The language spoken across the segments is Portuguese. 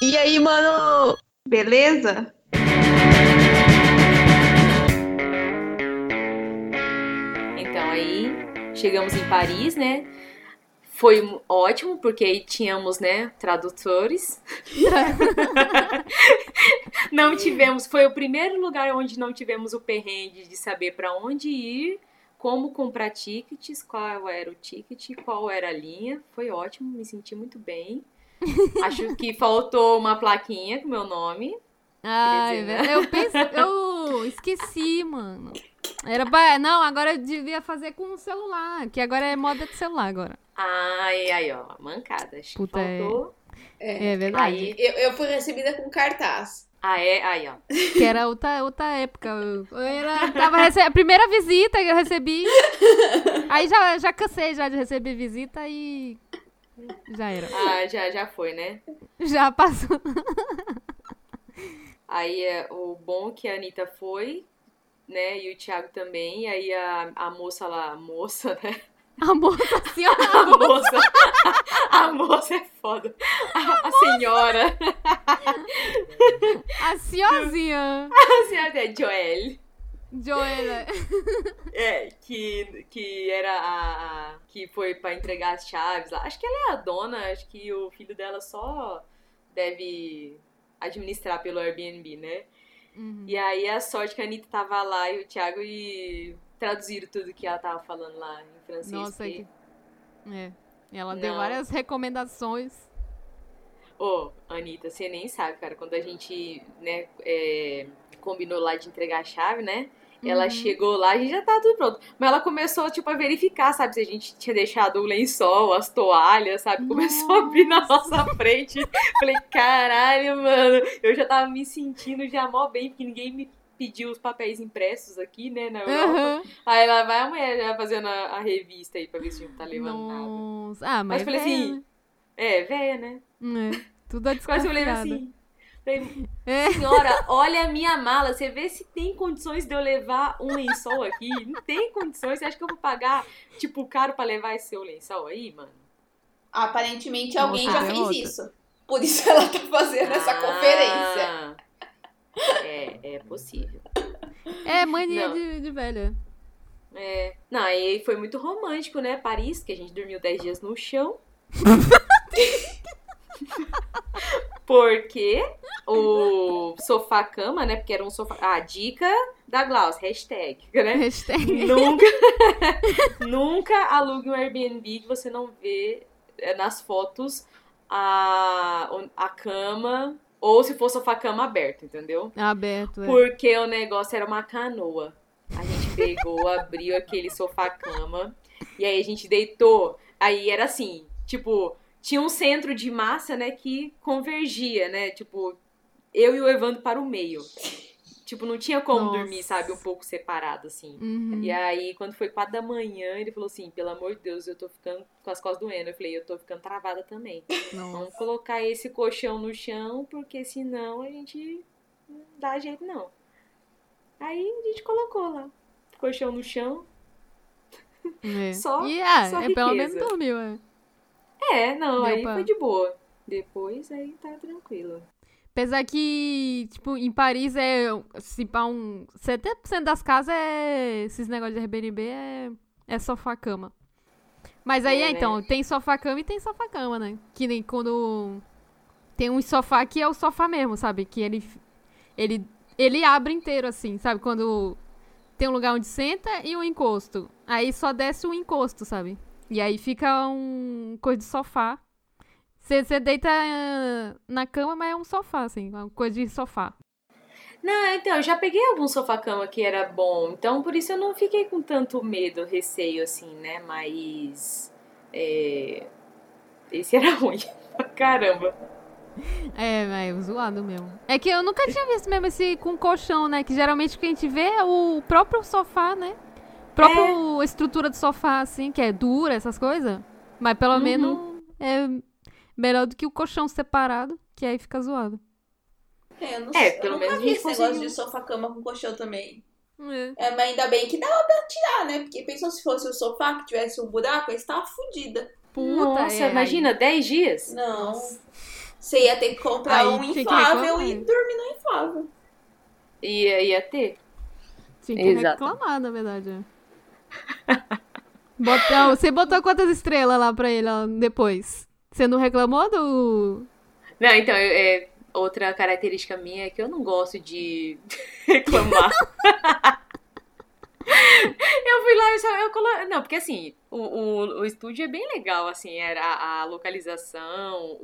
E aí, mano? Beleza? Então aí chegamos em Paris, né? Foi ótimo, porque aí tínhamos, né, tradutores. Não tivemos, foi o primeiro lugar onde não tivemos o perrengue de saber pra onde ir, como comprar tickets, qual era o ticket, qual era a linha. Foi ótimo, me senti muito bem. Acho que faltou uma plaquinha com meu nome. Ai, eu esqueci, mano. Não, agora eu devia fazer com o celular, que agora é moda de celular agora. Ai, aí, ó, mancada. Acho que faltou. É verdade. Aí, Eu fui recebida com cartaz. aí, ó. Que era outra época. A primeira visita que eu recebi. Aí já cansei já de receber visita e já era. Ah, já foi, né? Já passou. Aí o bom que a Anitta foi, né? E o Thiago também. E aí a moça lá, né? A moça, a senhora. A moça é foda. A senhora. A senhorzinha. A senhora é Joelle. Joela. É, que era que foi pra entregar as chaves lá. Acho que ela é a dona, acho que o filho dela só deve administrar pelo Airbnb, né? Uhum. E aí a sorte que a Anitta tava lá e o Thiago traduziram tudo que ela tava falando lá em francês. Nossa, porque... Ela deu várias recomendações. Ô, Anitta, você nem sabe, cara, quando a gente, né, combinou lá de entregar a chave, né? Ela chegou lá, a gente já tava tudo pronto. Mas ela começou, tipo, a verificar, sabe? Se a gente tinha deixado o lençol, as toalhas, sabe? Começou a abrir na nossa frente. Falei, caralho, mano. Eu já tava me sentindo já mó bem, porque ninguém me pediu os papéis impressos aqui, né, na Europa. Aí lá vai a mulher já fazendo a revista aí pra ver se não tá levando nada. Ah, mas falei assim, véia, né? Tudo a desconfiada. Quase eu falei assim... Senhora, olha a minha mala, você vê se tem condições de eu levar um lençol aqui? Não tem condições, você acha que eu vou pagar, tipo, caro pra levar esse seu lençol aí, mano? Aparentemente alguém já fez isso. Por isso ela tá fazendo essa conferência. É possível. É mania de velha. Não, aí foi muito romântico, né? Paris, que a gente dormiu 10 dias no chão. Porque o sofá-cama, né? Porque era um sofá... Ah, dica da Glaus, hashtag, né? Hashtag. Nunca alugue um Airbnb que você não vê nas fotos a cama, ou se for sofá-cama aberto, entendeu? Aberto, Porque o negócio era uma canoa. A gente pegou, abriu aquele sofá-cama, e aí a gente deitou. Aí era assim, tipo... Tinha um centro de massa, né, que convergia, né? Tipo, eu e o Evandro para o meio. Tipo, não tinha como dormir, sabe? Um pouco separado, assim. Uhum. E aí, quando foi 4 da manhã, ele falou assim, pelo amor de Deus, eu tô ficando com as costas doendo. Eu falei, eu tô ficando travada também. Nossa. Vamos colocar esse colchão no chão, porque senão a gente não dá jeito, não. Aí a gente colocou lá. Colchão no chão. Só pelo menos dormiu, não, aí foi de boa. Depois, aí tá tranquilo. Apesar que, tipo, em Paris se pá, 70% das casas esses negócios de Airbnb é sofá-cama. Mas aí, então, tem sofá-cama e tem sofá-cama, né? Que nem quando tem um sofá que é o sofá mesmo, sabe? Que ele abre inteiro, assim, sabe? Quando tem um lugar onde senta e um encosto. Aí só desce um encosto, sabe? E aí fica um coisa de sofá. Você deita na cama, mas é um sofá, assim. Uma coisa de sofá. Não, então, eu já peguei algum sofá-cama que era bom. Então, por isso eu não fiquei com tanto medo, receio, assim, né? Mas... esse era ruim. Caramba. É zoado mesmo. É que eu nunca tinha visto mesmo esse com colchão, né? Que geralmente o que a gente vê é o próprio sofá, né? Própria estrutura do sofá, assim, que é dura, essas coisas. Mas pelo menos é melhor do que o colchão separado, que aí fica zoado. Eu pelo nunca menos vi esse negócio de sofá-cama com colchão também. Mas ainda bem que dava pra tirar, né? Porque pensou se fosse o sofá que tivesse um buraco, aí você tava fodida. Nossa, imagina, 10 dias? Não. Você ia ter que comprar Aí um tinha que inflável reclamar. e dormir no inflável. Ia ter. Tinha que Exato. reclamar, na verdade. Você botou quantas estrelas lá pra ele ó, depois? Você não reclamou do... Não, então, outra característica minha é que eu não gosto de reclamar. Eu fui lá e eu coloquei... Não, porque assim, o estúdio é bem legal, assim, era a localização,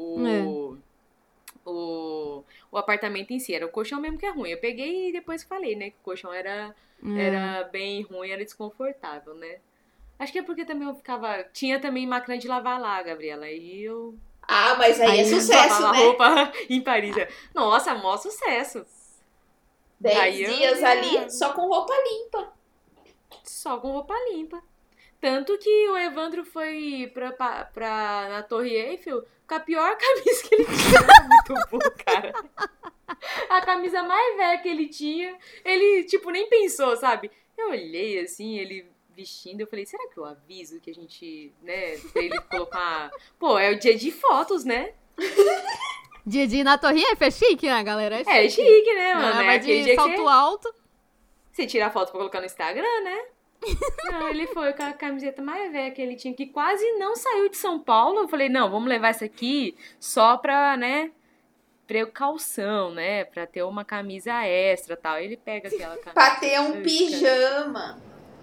o apartamento em si, era o colchão mesmo que é ruim. Eu peguei e depois falei, né, que o colchão era bem ruim, era desconfortável, né. Acho que é porque também eu ficava... Tinha também máquina de lavar lá, Gabriela, e eu... Ah, mas aí é sucesso, lavava né? roupa em Paris. Nossa, maior sucesso. 10 Aí eu dias ia- ali só com roupa limpa. Só com roupa limpa. Tanto que o Evandro foi na Torre Eiffel com a pior camisa que ele tinha. Era muito bom, cara. A camisa mais velha que ele tinha, ele, tipo, nem pensou, sabe? Eu olhei, assim, ele vestindo, eu falei, será que eu aviso que a gente, né, pra ele colocar... Pô, é o dia de fotos, né? Dia de ir na Torre Eiffel, é chique, né, galera? É chique, né, mano? Ela É vai aquele de dia que salto alto. você tira a foto pra colocar no Instagram, né? Não, ele foi com a camiseta mais velha que ele tinha, que quase não saiu de São Paulo. Eu falei, não, vamos levar essa aqui só pra, né, precaução, né? Pra ter uma camisa extra e tal. Ele pega aquela camisa. Pra ter um pijama.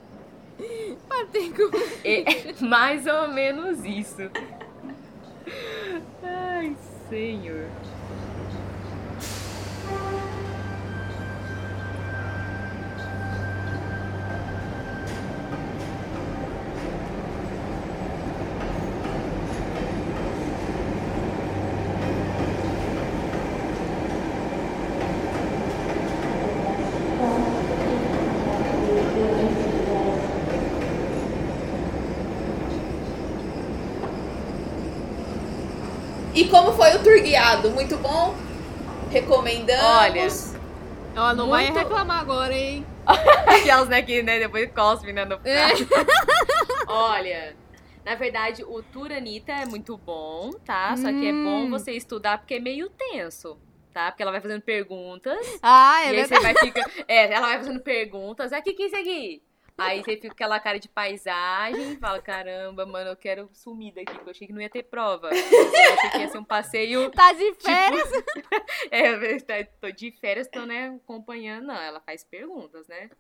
É mais ou menos isso. Ai, senhor. E como foi o tour guiado? Muito bom? Recomendamos. Ó, não vai Muito- reclamar agora, hein? Aquelas, né, que né, depois cospem, né, no É. Olha, na verdade, o Tour Anitta é muito bom, tá? Só que é bom você estudar porque é meio tenso, tá? Porque ela vai fazendo perguntas. Ah, E é aí verdade. você vai ficar... ela vai fazendo perguntas. Aqui, que é isso aqui? Aí você fica com aquela cara de paisagem, fala, caramba, mano, eu quero sumir daqui, porque eu achei que não ia ter prova. Eu achei que ia ser um passeio... Tá de férias? Eu tô de férias, tô, né, acompanhando. Não, ela faz perguntas, né?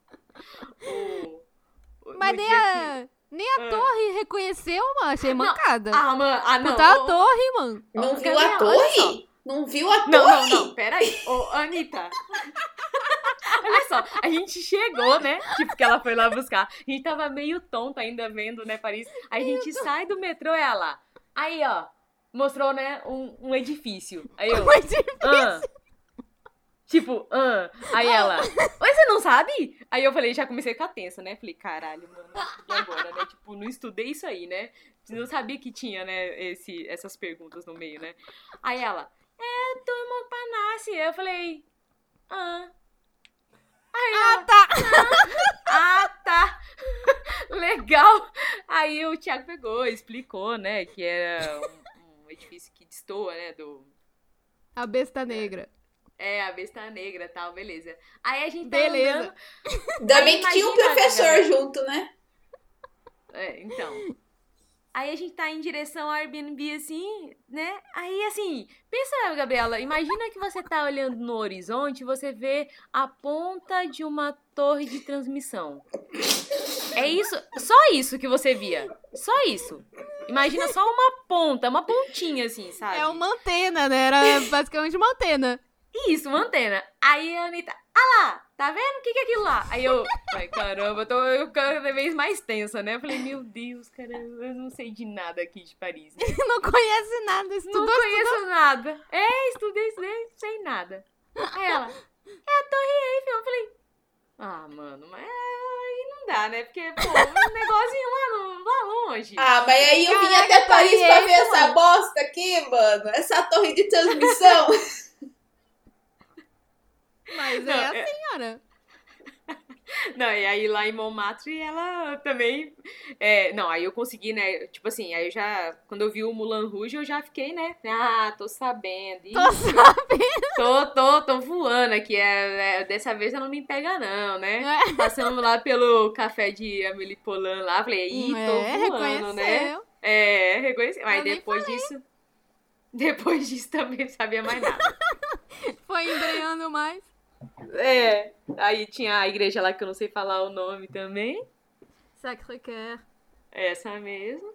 Mas no nem dia a torre reconheceu, mano. Achei mancada. mano, não. Puta a torre, mano. Não viu Gabriela, a olha só. torre? Não viu a torre? Não, peraí. Ô, Anitta. Olha só, a gente chegou, né? Tipo, que ela foi lá buscar. A gente tava meio tonta ainda vendo, né, Paris. Aí a gente sai do metrô e ela... Aí, ó, mostrou, né, um edifício. Aí eu... Aí ela... Oi, você não sabe? Aí eu falei, já comecei a ficar tensa, né? Falei, caralho, mano, e agora, né? Tipo, não estudei isso aí, né? Não sabia que tinha, né, essas perguntas no meio, né? Aí ela... eu tô em Montparnasse. Eu falei... Aí ela, tá. Legal. Aí o Thiago pegou, explicou, né, que era um edifício que destoa, né, A besta negra. a besta negra e tal, beleza. Aí a gente tá Beleza. andando... Ainda bem que tinha um imagina, professor Gabriela. junto, né? Então... Aí a gente tá em direção ao Airbnb, assim, né? Aí, assim, pensa, Gabriela, imagina que você tá olhando no horizonte e você vê a ponta de uma torre de transmissão. É isso, só isso que você via. Só isso. Imagina só uma ponta, uma pontinha, assim, sabe? É uma antena, né? Era basicamente uma antena. Isso, uma antena. Aí a Anitta, lá, tá vendo? O que é aquilo lá? Aí eu, ai, caramba, eu cada vez mais tensa, né? Eu falei, meu Deus, cara, eu não sei de nada aqui de Paris, né? Não conhece nada. Estudou, Não conheço nada. Estudei, sem nada. Aí ela, a Torre Eiffel. Eu falei, mano, mas aí não dá, né? Porque, pô, um negocinho lá longe. Mas aí eu vim Caraca, até Paris Torre pra ver Eiffel, essa bosta aqui, mano. Essa torre de transmissão. Mas Não, é assim, senhora. Não, e aí lá em Montmartre ela também. Não, aí eu consegui, né? Tipo assim, aí eu já. Quando eu vi o Moulin Rouge, eu já fiquei, né? Ah, tô sabendo. Tô sabendo. Tô voando aqui. Dessa vez ela não me pega, não, né? Passamos lá pelo café de Amélie Poulain lá. Falei, tô voando, né? Reconheci. Mas depois disso também não sabia mais nada. Foi embreando mais. Aí tinha a igreja lá que eu não sei falar o nome também. Sacré-Cœur. Essa mesmo.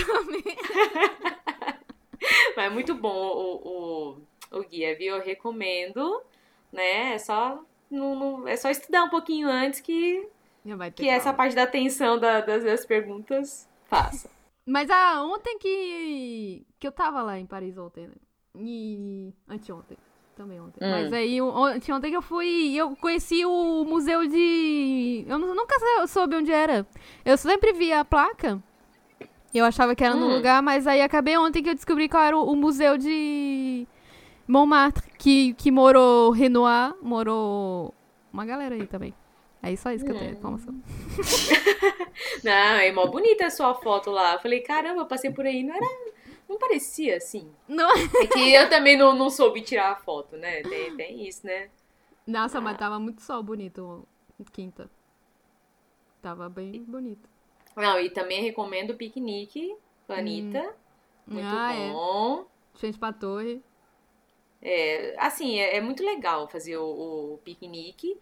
Mas é muito bom o guia, viu? Eu recomendo, né? É só estudar um pouquinho antes que essa parte da atenção das perguntas faça. Mas ontem que eu tava lá em Paris ontem, né? E anteontem. Também ontem. Mas aí, ontem que eu fui, eu conheci o museu de... Eu nunca soube onde era. Eu sempre via a placa. Eu achava que era no lugar, mas aí acabei ontem que eu descobri qual era o museu de Montmartre, que morou Renoir, morou uma galera aí também. É só isso que eu tenho informação. Não, é mó bonita a sua foto lá. Eu falei, caramba, eu passei por aí, não parecia assim. Não. É que eu também não soube tirar a foto, né? Tem isso, né? Nossa, mas tava muito sol bonito quinta. Tava bem bonito. Não, e também recomendo o piquenique com a Anitta. Muito bom. Frente pra torre. Assim, é muito legal fazer o piquenique.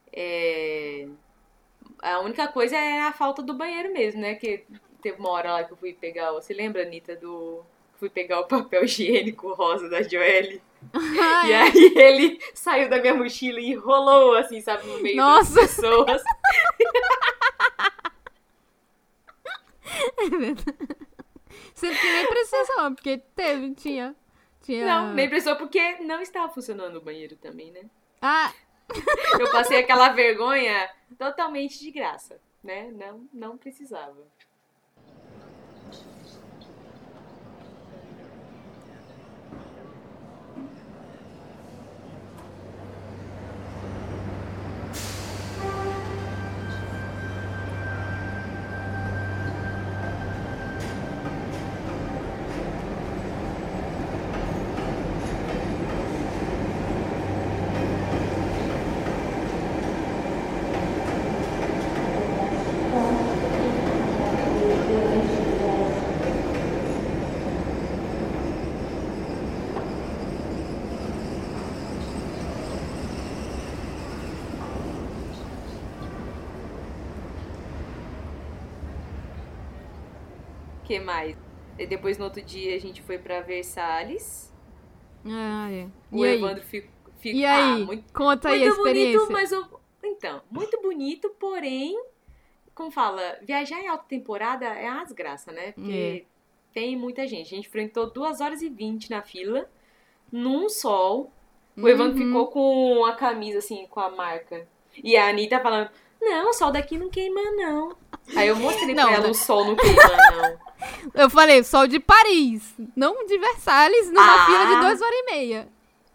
A única coisa é a falta do banheiro mesmo, né? Que teve uma hora lá que eu fui pegar... Você lembra, Anitta, fui pegar o papel higiênico rosa da Joelle? E aí ele saiu da minha mochila e enrolou, assim, sabe, no meio das pessoas. É verdade. Sendo que nem precisou, porque tinha. Não, nem precisou porque não estava funcionando o banheiro também, né? Eu passei aquela vergonha totalmente de graça, né? Não precisava. O que mais? E depois, no outro dia, a gente foi pra Versalhes. O Evandro ficou... E aí? Conta aí a experiência. Muito bonito, então, muito bonito, porém, como fala, viajar em alta temporada é uma desgraça, né? Porque tem muita gente. A gente enfrentou 2h20 na fila, num sol. O Evandro ficou com a camisa, assim, com a marca. E a Anitta falando, não, o sol daqui não queima, não. Aí eu mostrei pra ela, o sol não queima, não. Eu falei, sol de Paris, não de Versalhes, numa fila de 2h30.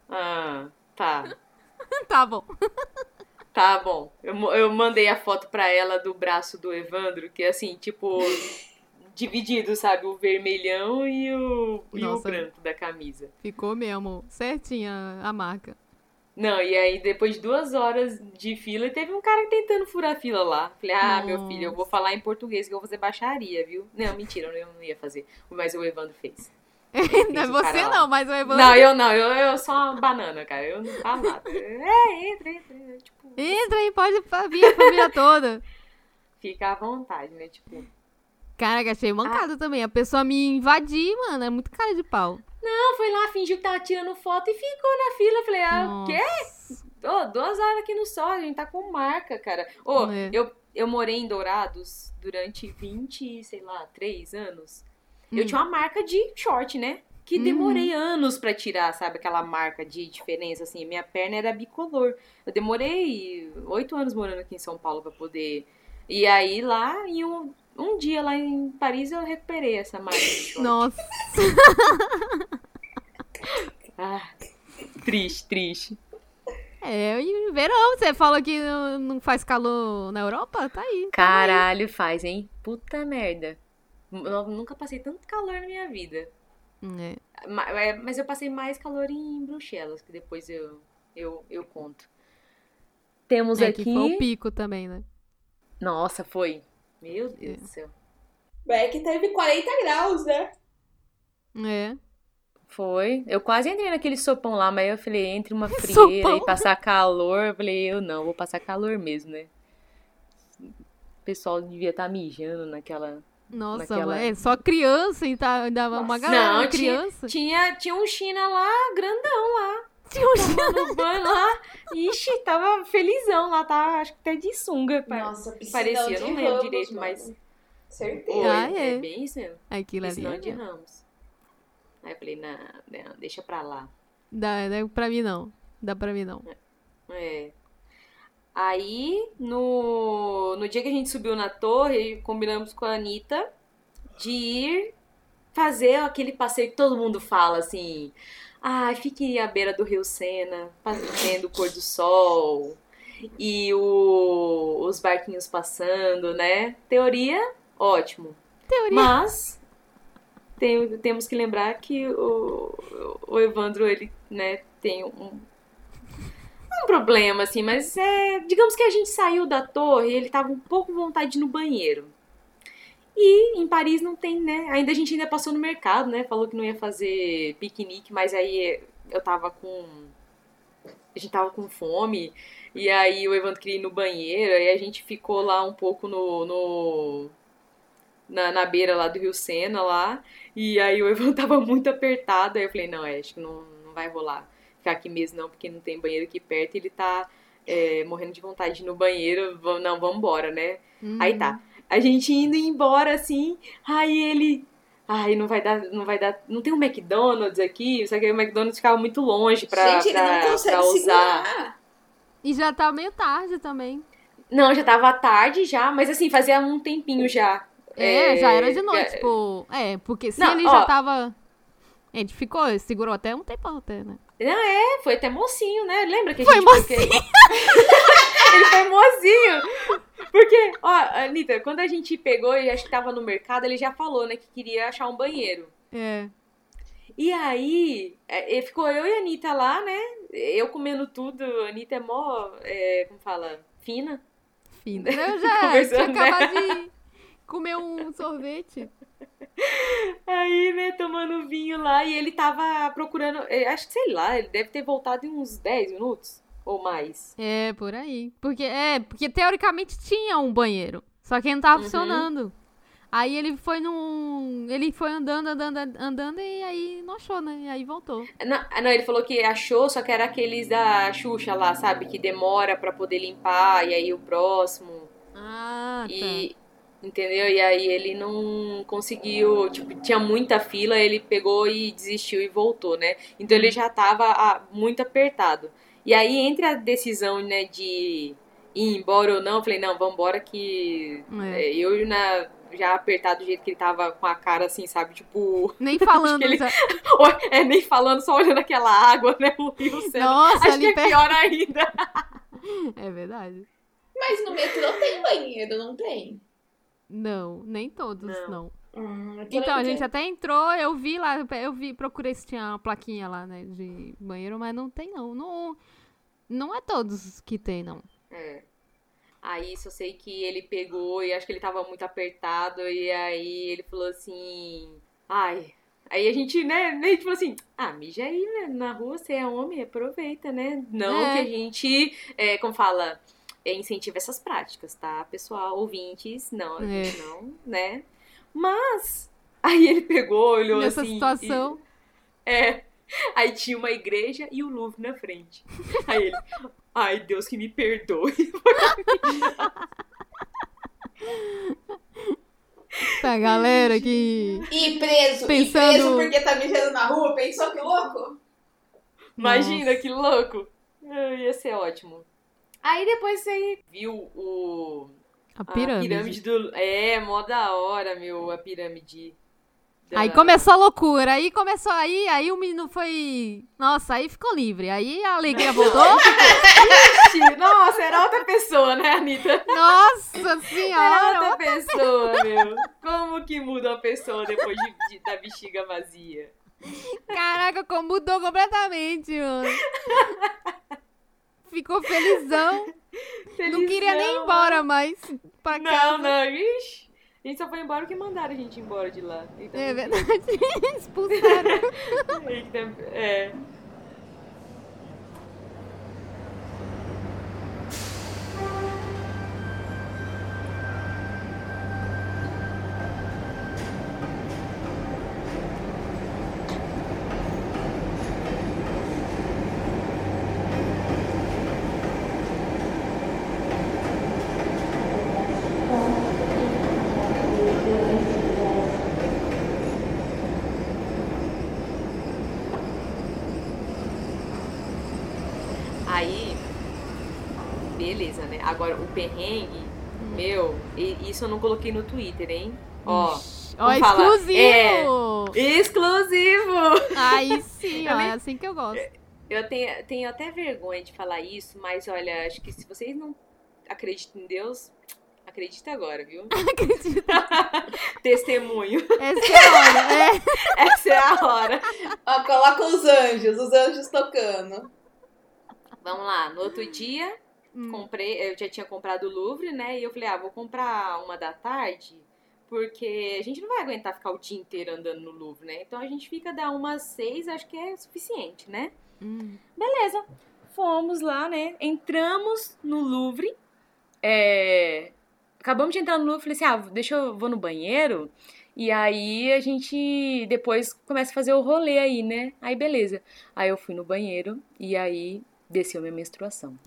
Tá. Tá bom. Tá bom. Eu mandei a foto pra ela do braço do Evandro, que é assim, tipo, dividido, sabe? O vermelhão e o branco da camisa. Ficou mesmo, certinha a marca. Não, e aí depois de 2 horas de fila, teve um cara tentando furar a fila lá. Falei, meu filho, eu vou falar em português que eu vou fazer baixaria, viu? Não, mentira, eu não ia fazer. Mas o Evandro fez. Não é você não, mas o Evandro... Não, eu sou uma banana, cara. Eu não falo nada. Entra. Tipo, entra aí, pode vir a família toda. Fica à vontade, né? Tipo... Caraca, achei mancado também. A pessoa me invadir, mano, é muito cara de pau. Não, foi lá, fingiu que tava tirando foto e ficou na fila. Eu falei, o quê? 2 horas aqui no sol, a gente tá com marca, cara. Eu morei em Dourados durante 3 anos. Eu tinha uma marca de short, né? Que demorei anos pra tirar, sabe? Aquela marca de diferença, assim. Minha perna era bicolor. Eu demorei 8 anos morando aqui em São Paulo pra poder... E aí, lá, em um dia lá em Paris, eu recuperei essa marca de short. Nossa! Triste. E verão, você falou que não faz calor na Europa? Tá aí. Caralho, faz, hein? Puta merda. Eu nunca passei tanto calor na minha vida. Mas eu passei mais calor em Bruxelas, que depois eu conto. Temos aqui... que foi o pico também, né? Nossa, foi. Meu Deus do céu. Que teve 40 graus, né? Foi. Eu quase entrei naquele sopão lá, mas eu falei, entre uma frieira e passar calor, eu falei, vou passar calor mesmo, né? O pessoal devia estar mijando naquela... Nossa, só criança e ainda uma galera de criança. Tinha um China lá, grandão lá. Tinha um China tomando banho lá. Ixi, tava felizão lá, tá? Acho que até de sunga. Nossa, parecia, não lembro direito, mano. mas... Certeza. É bem isso mesmo. Aquilo ali. Piscinão de Ramos. Aí eu falei, não, deixa pra lá. Dá pra mim não. Dá pra mim não. Aí, no dia que a gente subiu na torre, combinamos com a Anitta de ir fazer aquele passeio que todo mundo fala, assim... fique à beira do Rio Sena, vendo o pôr do sol e os barquinhos passando, né? Teoria, ótimo. Mas temos que lembrar que o Evandro, ele, né, tem um problema, assim, mas digamos que a gente saiu da torre e ele tava um pouco com vontade de ir no banheiro. E em Paris não tem, né? A gente passou no mercado, né? Falou que não ia fazer piquenique, mas aí a gente tava com fome. E aí o Evandro queria ir no banheiro. E a gente ficou lá um pouco na beira lá do Rio Sena lá. E aí o Evandro tava muito apertado. Aí eu falei, não, acho que não vai rolar ficar aqui mesmo não, porque não tem banheiro aqui perto. E ele tá morrendo de vontade de ir no banheiro. Não, vamos embora, né? Aí tá. A gente indo embora, assim, aí ele... não vai dar, não tem um McDonald's aqui, só que o McDonald's ficava muito longe pra ele não consegue usar. Segurar. E já tá meio tarde também. Não, já tava tarde já, mas assim, fazia um tempinho já. Já era de noite, tipo... porque se ele já tava... A gente segurou até um tempão até, né? Não, foi até mocinho, né? Lembra que a gente... Foi mocinho! Ele foi mocinho! Porque, Anitta, quando a gente pegou e acho que tava no mercado, ele já falou, né, que queria achar um banheiro. E aí, ficou eu e a Anitta lá, né? Eu comendo tudo, a Anitta é mó, como fala? Fina. Eu já tinha acabado de comer um sorvete. Aí, né, tomando vinho lá, e ele tava procurando, acho que, sei lá, ele deve ter voltado em uns 10 minutos. Ou mais. Por aí. Porque teoricamente tinha um banheiro. Só que não tava funcionando. Aí ele foi andando e aí não achou, né? E aí voltou. Não, ele falou que achou, só que era aqueles da Xuxa lá, sabe? Que demora pra poder limpar, e aí o próximo. Tá. Entendeu? E aí ele não conseguiu, tipo, tinha muita fila, ele pegou e desistiu e voltou, né? Então ele já tava muito apertado. E aí, entre a decisão, né, de ir embora ou não, eu falei, não, vambora que... eu já apertado do jeito que ele tava com a cara assim, sabe, tipo... Nem falando. Nem falando, só olhando aquela água, né, o Rio Sena. Nossa, acho que é pior ainda. É verdade. Mas no metrô tem banheiro, não tem? Não, nem todos, não. Então, a gente até entrou, eu procurei se tinha uma plaquinha lá, né, de banheiro, mas não tem, não. Não é todos que tem, não. Aí só sei que ele pegou e acho que ele tava muito apertado, e aí ele falou assim... Aí a gente, né, tipo falou assim... mija aí, né, na rua, você é homem, aproveita, né? Não que a gente, como fala... incentiva essas práticas, tá, pessoal? Ouvintes, não, a gente não, né? Mas, aí ele pegou, olhou nessa assim... situação... Aí tinha uma igreja e o Louvre na frente. Aí ele... Ai, Deus que me perdoe. Tá, galera que... E preso porque tá mijando na rua, pensou que louco? Imagina, que louco. Ia ser ótimo. Aí depois você viu a pirâmide do... mó da hora, a pirâmide Aí começou a loucura, aí o menino foi... Nossa, aí ficou livre, aí a alegria voltou. Ixi, nossa, era outra pessoa, né, Anitta? Nossa senhora! Era outra pessoa, meu. Como que muda uma pessoa depois da bexiga vazia? Caraca, como mudou completamente, mano. Ficou felizão. Não queria nem ir embora mais pra casa. Não, ixi. A gente só foi embora porque mandaram a gente embora de lá. Então, é verdade. Expulsaram. É. Aí, beleza, né? Agora, o perrengue, meu, isso eu não coloquei no Twitter, hein? Ó, exclusivo! Exclusivo! Aí sim, ó, é assim que eu gosto. Eu tenho até vergonha de falar isso, mas olha, acho que se vocês não acreditam em Deus, acredita agora, viu? Acredita. Testemunho. Essa é a hora, Essa é a hora. Ó, coloca os anjos tocando. Vamos lá, no outro dia, eu já tinha comprado o Louvre, né? E eu falei, vou comprar 1h da tarde, porque a gente não vai aguentar ficar o dia inteiro andando no Louvre, né? Então a gente fica da 1h às 6h, acho que é suficiente, né? Beleza, fomos lá, né? Entramos no Louvre, acabamos de entrar no Louvre, falei assim, vou no banheiro, e aí a gente depois começa a fazer o rolê aí, né? Aí beleza, aí eu fui no banheiro, e aí desceu minha menstruação.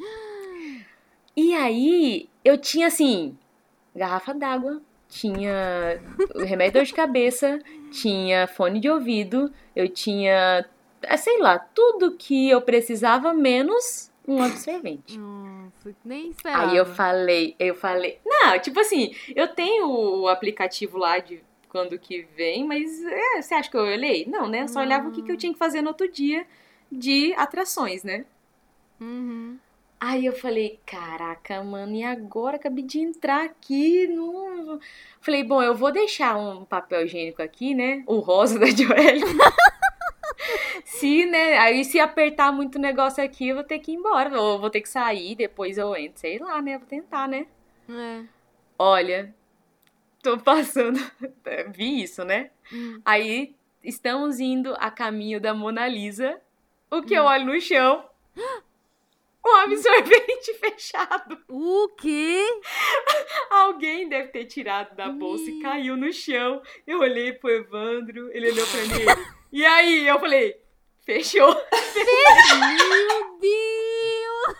E aí, eu tinha, assim, garrafa d'água, tinha remédio de dor de cabeça, tinha fone de ouvido, eu tinha, sei lá, tudo que eu precisava, menos um absorvente. Nossa, nem esperava. Aí eu falei, não, tipo assim, eu tenho o aplicativo lá de quando que vem, mas você acha que eu olhei? Não, né? Eu só olhava o que eu tinha que fazer no outro dia de atrações, né? Aí eu falei, caraca, mano, e agora? Acabei de entrar aqui. Não... Falei, bom, eu vou deixar um papel higiênico aqui, né? O rosa da Joelle. Aí se apertar muito o negócio aqui, eu vou ter que ir embora. Ou vou ter que sair, depois eu entro. Sei lá, né? Vou tentar, né? Olha, tô passando... Vi isso, né? Aí estamos indo a caminho da Mona Lisa. O que eu olho no chão... Um absorvente fechado. O quê? Alguém deve ter tirado da bolsa e caiu no chão. Eu olhei pro Evandro, ele olhou pra mim. E aí, eu falei, fechou. Meu Deus!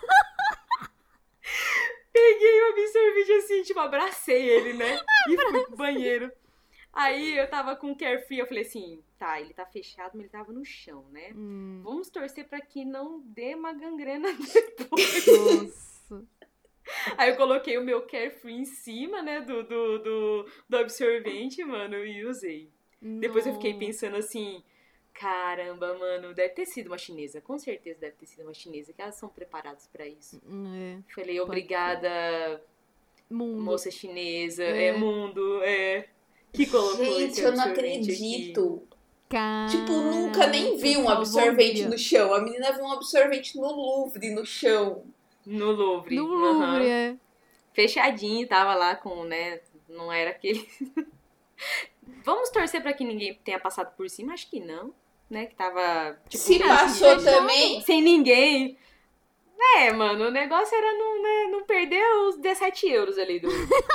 Peguei o absorvente assim, tipo, abracei ele, né? E fui pro banheiro. Aí eu tava com o Carefree, eu falei assim, tá, ele tá fechado, mas ele tava no chão, né? Vamos torcer pra que não dê uma gangrena depois. Nossa. Aí eu coloquei o meu Carefree em cima, né, do absorvente, mano, e usei. Depois eu fiquei pensando assim, caramba, mano, deve ter sido uma chinesa. Com certeza deve ter sido uma chinesa, que elas são preparadas pra isso. Falei, obrigada, moça chinesa, mundo, que colocou gente, esse eu não absorvente acredito. Caraca, Tipo, nunca nem vi um absorvente no chão. A menina viu um absorvente no Louvre, no chão. No Louvre. No Louvre, Fechadinho, tava lá com, né, não era aquele... Vamos torcer pra que ninguém tenha passado por cima? Acho que não, né, que tava... Tipo, se passou também... Sem ninguém... mano, o negócio era não perder os 17 euros ali do...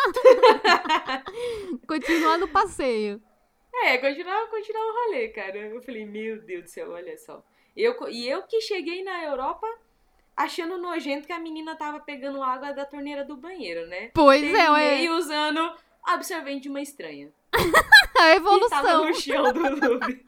Continuar no passeio. Continuar o rolê, cara. Eu falei, meu Deus do céu, olha só. Eu que cheguei na Europa achando nojento que a menina tava pegando água da torneira do banheiro, né? Pois Terminei usando absorvente de uma estranha. A evolução. Que tava no chão do Louvre.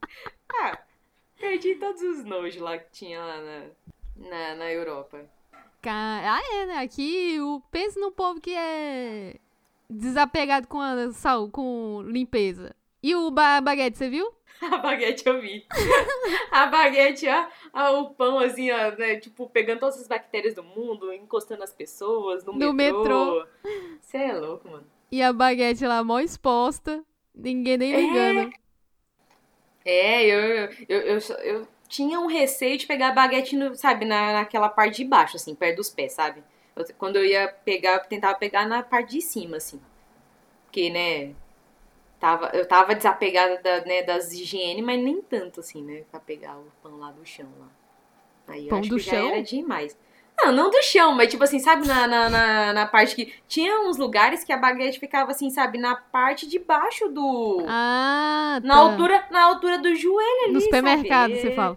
Perdi todos os nojos lá que tinha lá na Europa. Né? Aqui, pensa no povo que é desapegado com limpeza. E o baguete, você viu? A baguete eu vi. A baguete, ó, o pão assim, ó, né, tipo, pegando todas as bactérias do mundo, encostando as pessoas no metrô. Você é louco, mano. E a baguete lá, mó exposta, ninguém nem ligando. Eu tinha um receio de pegar a baguete, sabe, naquela parte de baixo, assim, perto dos pés, sabe? Quando eu ia pegar, eu tentava pegar na parte de cima, assim. Porque, né, eu tava desapegada das higiene, mas nem tanto, assim, né, pra pegar o pão lá do chão, lá. Aí eu Pão acho do que chão? já era demais. Não do chão, mas tipo assim, sabe, na parte que... Tinha uns lugares que a baguete ficava assim, sabe, na parte de baixo do... Ah, tá. Na altura do joelho ali, no supermercado, sabe? você fala.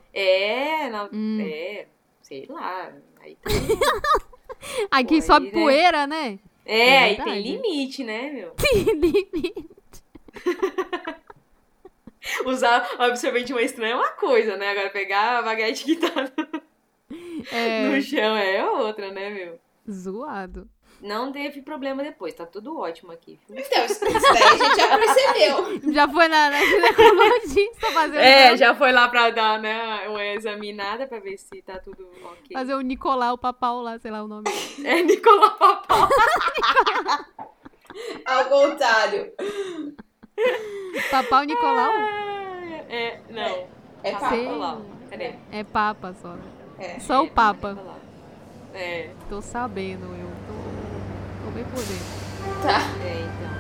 Sei lá. Aí tá... Aqui sobe poeira, né? E tem limite, né, meu? Tem limite. Usar o absorvente uma estranha é uma coisa, né? Agora pegar a baguete que tá no chão é outra, né, meu? Zoado. Não teve problema depois, tá tudo ótimo aqui. Então, isso daí a gente já percebeu. Já foi na ginecologista fazer já foi lá pra dar, né, uma examinada pra ver se tá tudo ok. Fazer o Nicolau Papau lá, sei lá o nome. Nicolau Papau. Ao contrário. Papau Nicolau? Não. É Papa Papa. Nicolau. Cadê? É Papa só. Só o Papa. Tô sabendo, eu tô bem por dentro. Tá. Então.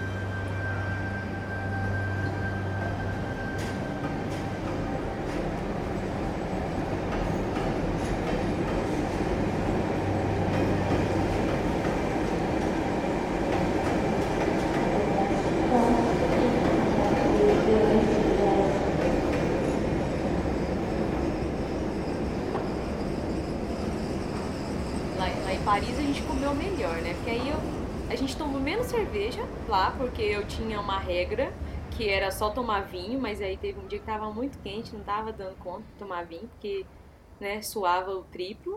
Lá em Paris a gente comeu melhor, né? Porque aí a gente tomou menos cerveja lá, porque eu tinha uma regra que era só tomar vinho, mas aí teve um dia que tava muito quente, não tava dando conta de tomar vinho, porque, né, suava o triplo.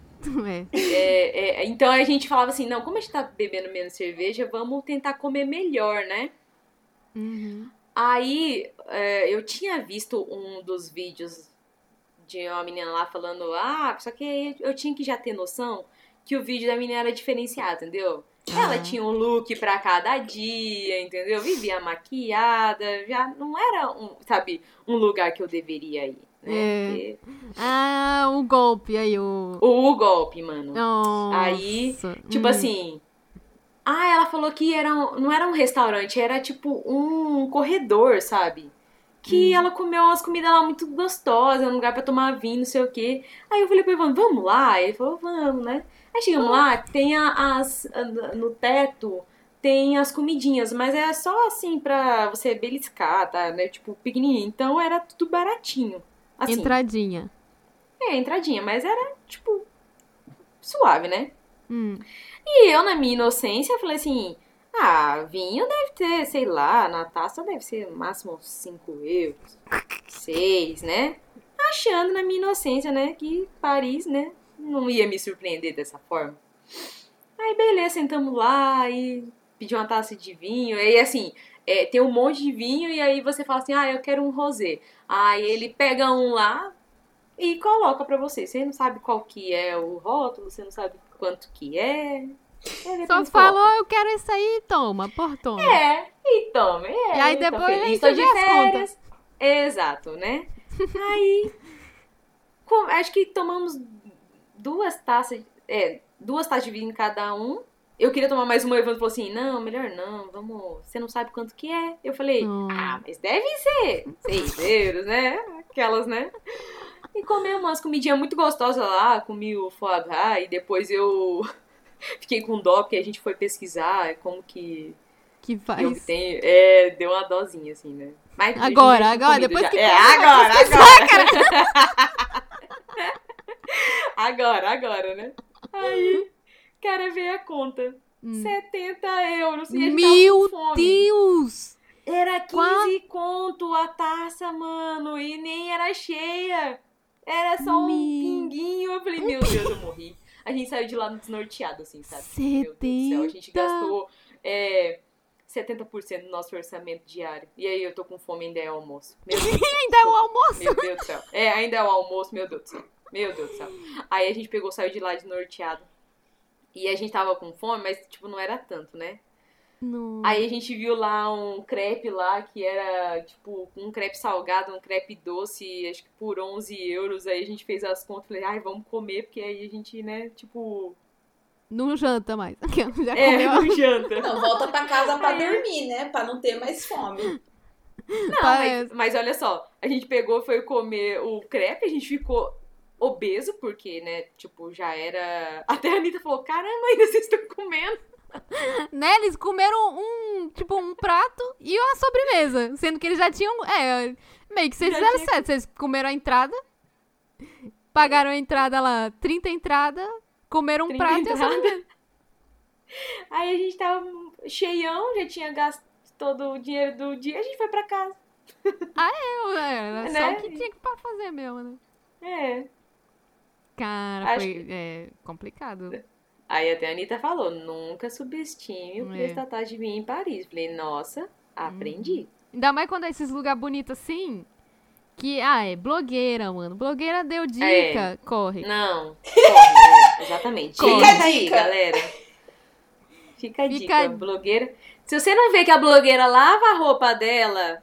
Então a gente falava assim, não, como a gente tá bebendo menos cerveja, vamos tentar comer melhor, né? Uhum. Aí eu tinha visto um dos vídeos de uma menina lá falando, só que eu tinha que já ter noção que o vídeo da menina era diferenciado, entendeu? Ela tinha um look pra cada dia, entendeu? Vivia maquiada, já não era um lugar que eu deveria ir, né? Porque... o golpe aí, o golpe, mano. Nossa. Aí, tipo assim... ela falou que não era um restaurante, era tipo um corredor, sabe? Que ela comeu umas comidas lá muito gostosas, um lugar pra tomar vinho, não sei o quê. Aí eu falei pro Ivan, vamos lá? Ele falou, vamos, né? Aí chegamos lá, tem no teto, tem as comidinhas, mas é só assim pra você beliscar, tá? Né? Tipo, pequenininho. Então era tudo baratinho. Assim. Entradinha. Entradinha, mas era, tipo, suave, né? E eu, na minha inocência, falei assim... vinho deve ter, sei lá, na taça deve ser no máximo 5 euros, 6, né? Achando na minha inocência, né, que Paris, né, não ia me surpreender dessa forma. Aí, beleza, sentamos lá e pedi uma taça de vinho. Aí, assim, tem um monte de vinho e aí você fala assim, eu quero um rosé. Aí ele pega um lá e coloca pra você. Você não sabe qual que é o rótulo, você não sabe quanto que é... Só falou, eu quero isso aí, toma, toma. E toma. E aí depois feliz, tô de férias. Exato, né? Aí, acho que tomamos 2 taças de vinho cada um. Eu queria tomar mais uma, o Evandro falou assim, não, melhor não, vamos, você não sabe quanto que é. Eu falei, mas deve ser 6 euros, né? Aquelas, né? E comemos umas comidinhas muito gostosas lá, comi o foie gras e depois eu... Fiquei com dó, porque a gente foi pesquisar como que faz. Obtém, deu uma dosinha, assim, né? Mas agora, depois já. que... Agora, né? Aí, cara, veio a conta. 70 euros. E a gente Meu tava com fome. Deus! Era 15 conto a taça, mano. E nem era cheia. Era só um pinguinho. Eu falei, meu Deus, eu morri. A gente saiu de lá desnorteado, assim, sabe? 70. Meu Deus do céu, a gente gastou 70% do nosso orçamento diário. E aí eu tô com fome, ainda é almoço. Meu Deus. Ainda é o almoço? Meu Deus do céu. Ainda é o almoço, meu Deus do céu. Meu Deus do céu. Aí a gente saiu de lá desnorteado. E a gente tava com fome, mas, tipo, não era tanto, né? Não. Aí a gente viu lá um crepe lá, que era, tipo, um crepe salgado, um crepe doce, acho que por 11 euros. Aí a gente fez as contas, falei, ai, vamos comer, porque aí a gente, né, tipo... Não janta mais. Já comeu. Não janta. Não, volta pra casa pra dormir, né? Pra não ter mais fome. Não, mas olha só, a gente pegou, foi comer o crepe, a gente ficou obeso, porque, né, tipo, já era... Até a Anitta falou, caramba, ainda vocês estão comendo. Né, eles comeram um prato e uma sobremesa, sendo que eles já tinham, meio que vocês fizeram certo, vocês comeram a entrada, pagaram a entrada lá, 30 entrada, comeram um prato e a sobremesa. Aí a gente tava cheião, já tinha gasto todo o dinheiro do dia, a gente foi pra casa. Era né? Só o que tinha pra fazer mesmo, né? Cara, foi complicado. Aí até a Anitta falou, nunca subestime o preço da taxa de vinho em Paris. Falei, nossa, aprendi. Ainda mais quando é esses lugares bonitos assim, que, é blogueira, mano. Blogueira deu dica, corre. Não, corre, exatamente. Fica a dica, galera. Fica a dica, blogueira. Se você não vê que a blogueira lava a roupa dela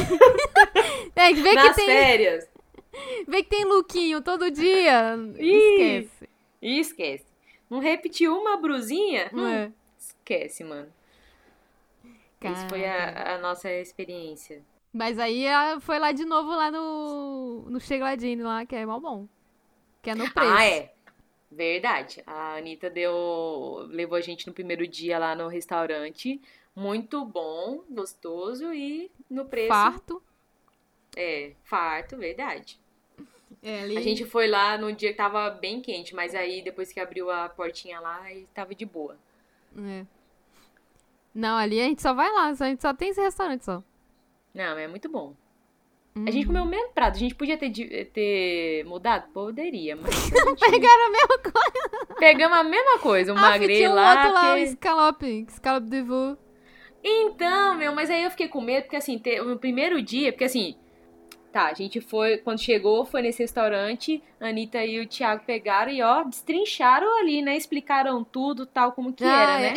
vê nas que tem, férias. Vê que tem lookinho todo dia, Esquece. Não repetiu uma brusinha? Esquece, mano. Caraca. Isso foi a nossa experiência. Mas aí foi lá de novo, lá no Chegladinho lá, que é mó bom. Que é no preço. Verdade. A Anitta levou a gente no primeiro dia lá no restaurante. Muito bom, gostoso e no preço... Farto. Farto, verdade. Ali... A gente foi lá num dia que tava bem quente, mas aí depois que abriu a portinha lá, aí tava de boa. Não, ali a gente só vai lá, a gente só tem esse restaurante só. Não, é muito bom. A gente comeu o mesmo prato, a gente podia ter mudado? Poderia, mas... Pegaram a mesma coisa. Pegamos a mesma coisa, um magre tinha lá. Outro lá, o escalope de veau. Então, mas aí eu fiquei com medo, porque assim, no primeiro dia, porque assim... Tá, a gente foi, quando chegou, foi nesse restaurante, a Anitta e o Thiago pegaram e, destrincharam ali, né? Explicaram tudo, tal, como que era, né?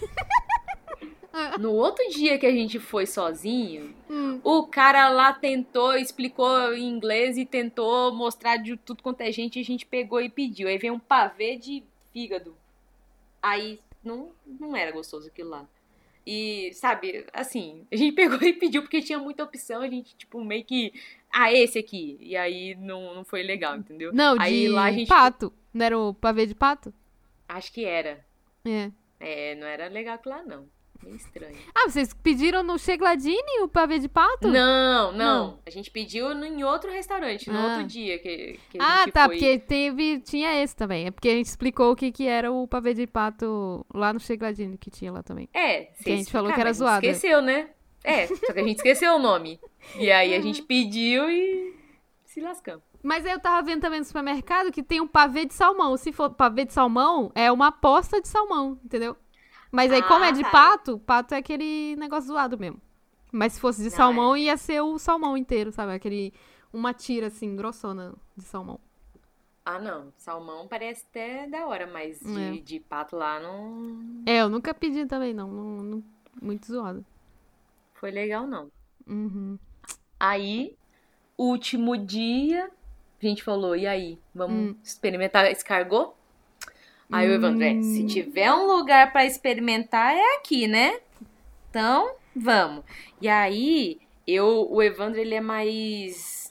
No outro dia que a gente foi sozinho, o cara lá explicou em inglês e tentou mostrar de tudo quanto é gente, e a gente pegou e pediu. Aí veio um pavê de fígado. Aí não era gostoso aquilo lá. E, sabe, assim, a gente pegou e pediu porque tinha muita opção, a gente, tipo, meio que... esse aqui. E aí não foi legal, entendeu? Não, aí, lá a gente... pato. Não era o pavê de pato? Acho que era. Não era legal aquilo lá, não. Meio estranho. Vocês pediram no Chegladini o pavê de pato? Não. A gente pediu em outro restaurante, no outro dia que a gente foi. Porque tinha esse também. É porque a gente explicou o que era o pavê de pato lá no Chegladini, que tinha lá também. Que a gente falou que era zoado. Esqueceu, né? Só que a gente esqueceu o nome. E aí a gente pediu e se lascamos. Mas aí eu tava vendo também no supermercado que tem um pavê de salmão. Se for pavê de salmão, é uma posta de salmão, entendeu? Mas aí, como é de pato é aquele negócio zoado mesmo. Mas se fosse de salmão, ia ser o salmão inteiro, sabe? Uma tira, assim, grossona de salmão. Não. Salmão parece até da hora, mas de pato lá não... Eu nunca pedi também, não. Muito zoado. Foi legal, não. Uhum. Aí, último dia, a gente falou, e aí? Vamos experimentar escargot? Aí o Evandro, se tiver um lugar pra experimentar, é aqui, né? Então, vamos. E aí, o Evandro, ele é mais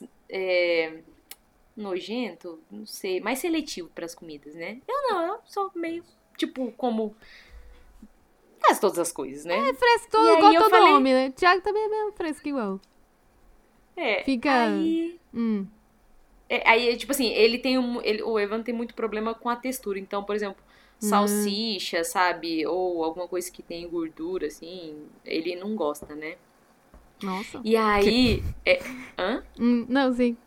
nojento, não sei, mais seletivo pras comidas, né? Eu sou meio, tipo, como quase todas as coisas, né? Fresco todo, igual todo homem, né? Thiago também é mesmo fresco igual. Fica... Aí, tipo assim, o Evan tem muito problema com a textura. Então, por exemplo, salsicha, sabe? Ou alguma coisa que tem gordura, assim, ele não gosta, né? Nossa. E aí... Hã? Não, sim.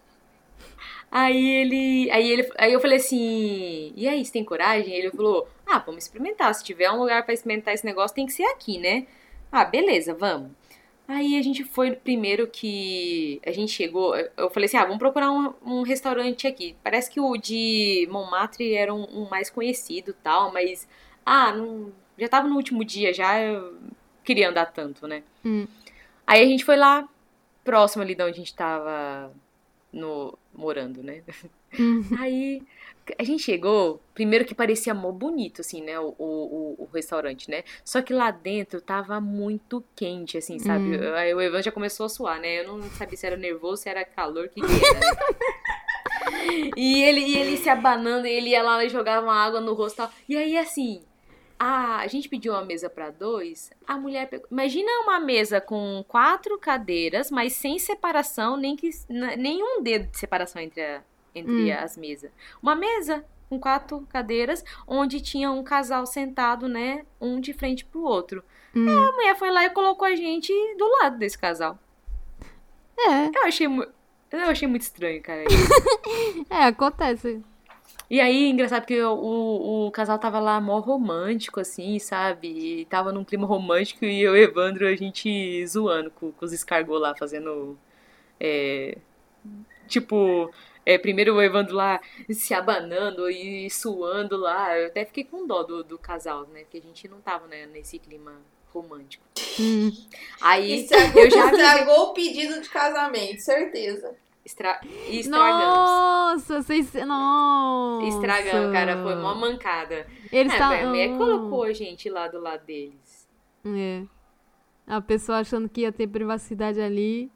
Aí eu falei assim, e aí, você tem coragem? Ele falou, vamos experimentar. Se tiver um lugar pra experimentar esse negócio, tem que ser aqui, né? Ah, beleza, vamos. Aí a gente foi primeiro que a gente chegou, eu falei assim, vamos procurar um restaurante aqui. Parece que o de Montmartre era um mais conhecido e tal, mas, não, já tava no último dia já, eu queria andar tanto, né? Aí a gente foi lá, próximo ali de onde a gente tava morando, né? Aí a gente chegou, primeiro que parecia mó bonito, assim, né, o restaurante, né? Só que lá dentro tava muito quente, assim, sabe? Aí o Evan já começou a suar, né? Eu não sabia se era nervoso, se era calor, que era, né? E ele se abanando, ele ia lá e jogava uma água no rosto e tal. E aí, assim, a gente pediu uma mesa pra 2, a mulher pegou... Imagina uma mesa com 4 cadeiras, mas sem separação, nenhum dedo de separação entre as mesas. Uma mesa com 4 cadeiras, onde tinha um casal sentado, né? Um de frente pro outro. Aí a mulher foi lá e colocou a gente do lado desse casal. Eu achei muito estranho, cara. Acontece. E aí, engraçado porque o casal tava lá mó romântico, assim, sabe? E tava num clima romântico e eu e o Evandro, a gente zoando com os escargot lá, fazendo... primeiro o Evandro lá se abanando e suando lá. Eu até fiquei com dó do casal, né? Porque a gente não tava, né, nesse clima romântico. Aí eu já estragou o pedido de casamento, certeza. Estragamos. Nossa, Nossa. Estragamos, cara. Foi uma mancada. A mulher colocou a gente lá do lado deles. A pessoa achando que ia ter privacidade ali.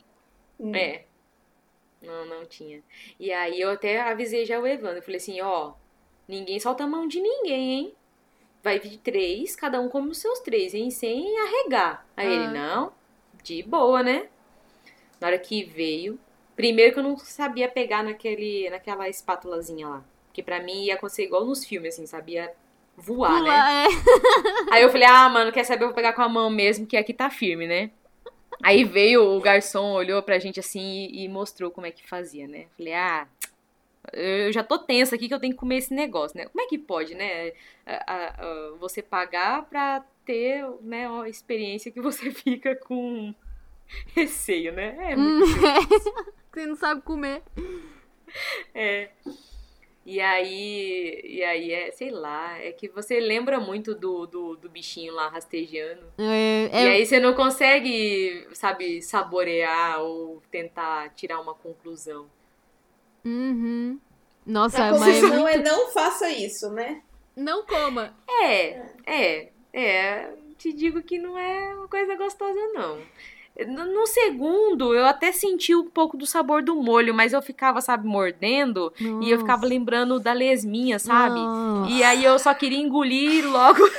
Não tinha. E aí eu até avisei já o Evandro. Eu falei assim, ninguém solta a mão de ninguém, hein? Vai vir 3, cada um come os seus 3, hein? Sem arregar. Aí ele, não, de boa, né? Na hora que veio... Primeiro que eu não sabia pegar naquela espátulazinha lá. Que pra mim ia acontecer igual nos filmes, assim, sabia voar, né? Aí eu falei, mano, quer saber? Eu vou pegar com a mão mesmo, que aqui tá firme, né? Aí veio o garçom, olhou pra gente assim e mostrou como é que fazia, né? Falei, eu já tô tensa aqui que eu tenho que comer esse negócio, né? Como é que pode, né? Você pagar pra ter, né, uma experiência que você fica com receio, né? É muito difícil. Você não sabe comer. E aí sei lá, é que você lembra muito do bichinho lá rastejando. E aí você não consegue, sabe, saborear ou tentar tirar uma conclusão. Nossa, a conclusão não faça isso, né? Não coma. Te digo que não é uma coisa gostosa, não. No segundo, eu até senti um pouco do sabor do molho, mas eu ficava, sabe, mordendo. Nossa. E eu ficava lembrando da lesminha, sabe? Nossa. E aí eu só queria engolir logo. Eu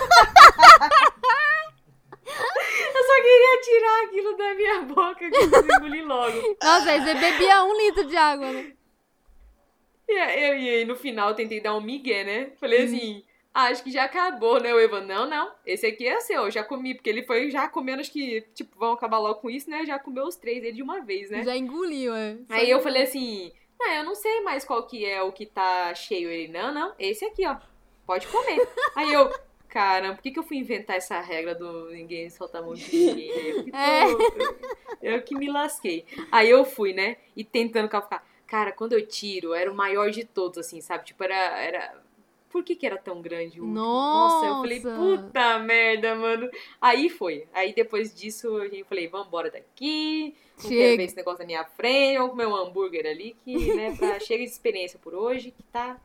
só queria tirar aquilo da minha boca, que eu engoli logo. Nossa, aí você bebia 1 litro de água, né? E aí no final eu tentei dar um migué, né? Falei assim... acho que já acabou, né? O Evan, não, esse aqui é seu, eu já comi, porque ele foi já comendo, acho que, tipo, vamos acabar logo com isso, né? Já comeu os 3 ele de uma vez, né? Já engoliu, Aí eu falei assim, eu não sei mais qual que é o que tá cheio. Ele, não, esse aqui, ó, pode comer. Aí eu, caramba, por que eu fui inventar essa regra do ninguém soltar a mão de ninguém? Eu que me lasquei. Aí eu fui, né? E tentando calcar. Cara, quando eu tiro, era o maior de todos, assim, sabe? Tipo, era... Por que era tão grande o último? Nossa, eu falei, puta merda, mano. Aí foi. Aí depois disso, eu falei, vambora daqui. Não quero ver esse negócio na minha frente. Vamos comer um hambúrguer ali, que, né, chega de experiência por hoje, que tá...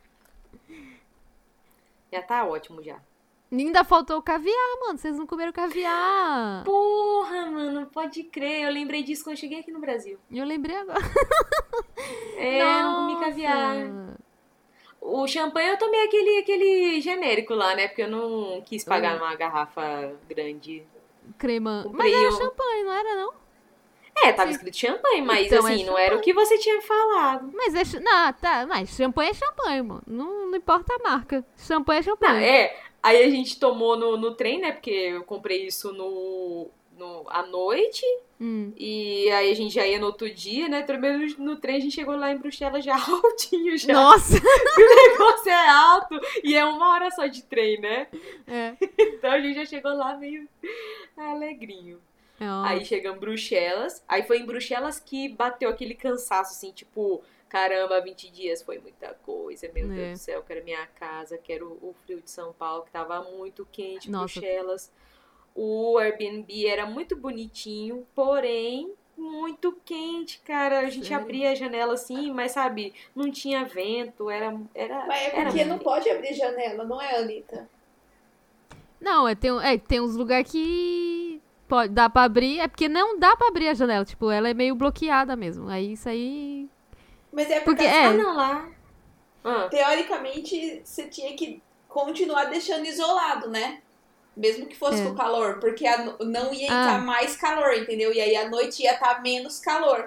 Já tá ótimo, já. Ainda faltou o caviar, mano. Vocês não comeram caviar. Porra, mano, pode crer. Eu lembrei disso quando eu cheguei aqui no Brasil. Eu lembrei agora. Não comi caviar. O champanhe eu tomei aquele genérico lá, né? Porque eu não quis pagar numa garrafa grande. Crema. Mas era champanhe, não era, não? Tava escrito champanhe, mas então, assim, não era o que você tinha falado. Mas mas champanhe é champanhe, mano. Não importa a marca. Champanhe é champanhe. Aí a gente tomou no trem, né? Porque eu comprei isso à noite. E aí a gente já ia no outro dia, né? Também no trem a gente chegou lá em Bruxelas já altinho já. Nossa! O negócio é alto e é 1 hora só de trem, né? Então a gente já chegou lá meio Alegrinho. Nossa. Aí chegamos em Bruxelas. Aí foi em Bruxelas que bateu aquele cansaço, assim, tipo, caramba, 20 dias foi muita coisa, meu Deus do céu, quero minha casa, quero o frio de São Paulo, que tava muito quente, Bruxelas. O Airbnb era muito bonitinho, porém muito quente, cara. A gente abria a janela assim, mas sabe, não tinha vento, Mas é porque não pode abrir janela, não é, Anitta? Não, tem uns lugares que dá pra abrir, é porque não dá pra abrir a janela, tipo, ela é meio bloqueada mesmo. Aí isso aí... Mas é porque não lá. Teoricamente, você tinha que continuar deixando isolado, né? Mesmo que fosse com calor, porque não ia entrar mais calor, entendeu? E aí a noite ia estar menos calor.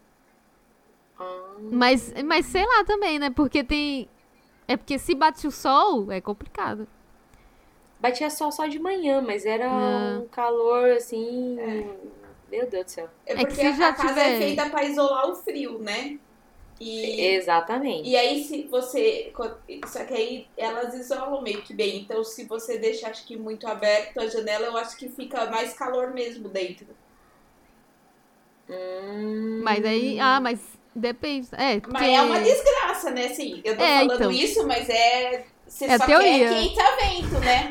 Mas sei lá também, né? Porque tem... É porque se bate o sol, é complicado. Batia sol só de manhã, mas era um calor, assim... Meu Deus do céu. É porque a casa é feita pra isolar o frio, né? Exatamente. E aí, se você... Só que aí elas isolam meio que bem. Então, se você deixa, acho que muito aberto a janela, eu acho que fica mais calor mesmo dentro. Mas aí... mas depende. Porque... Mas é uma desgraça, né? Assim, eu tô falando isso, mas você só teoria. quer que entra vento, né?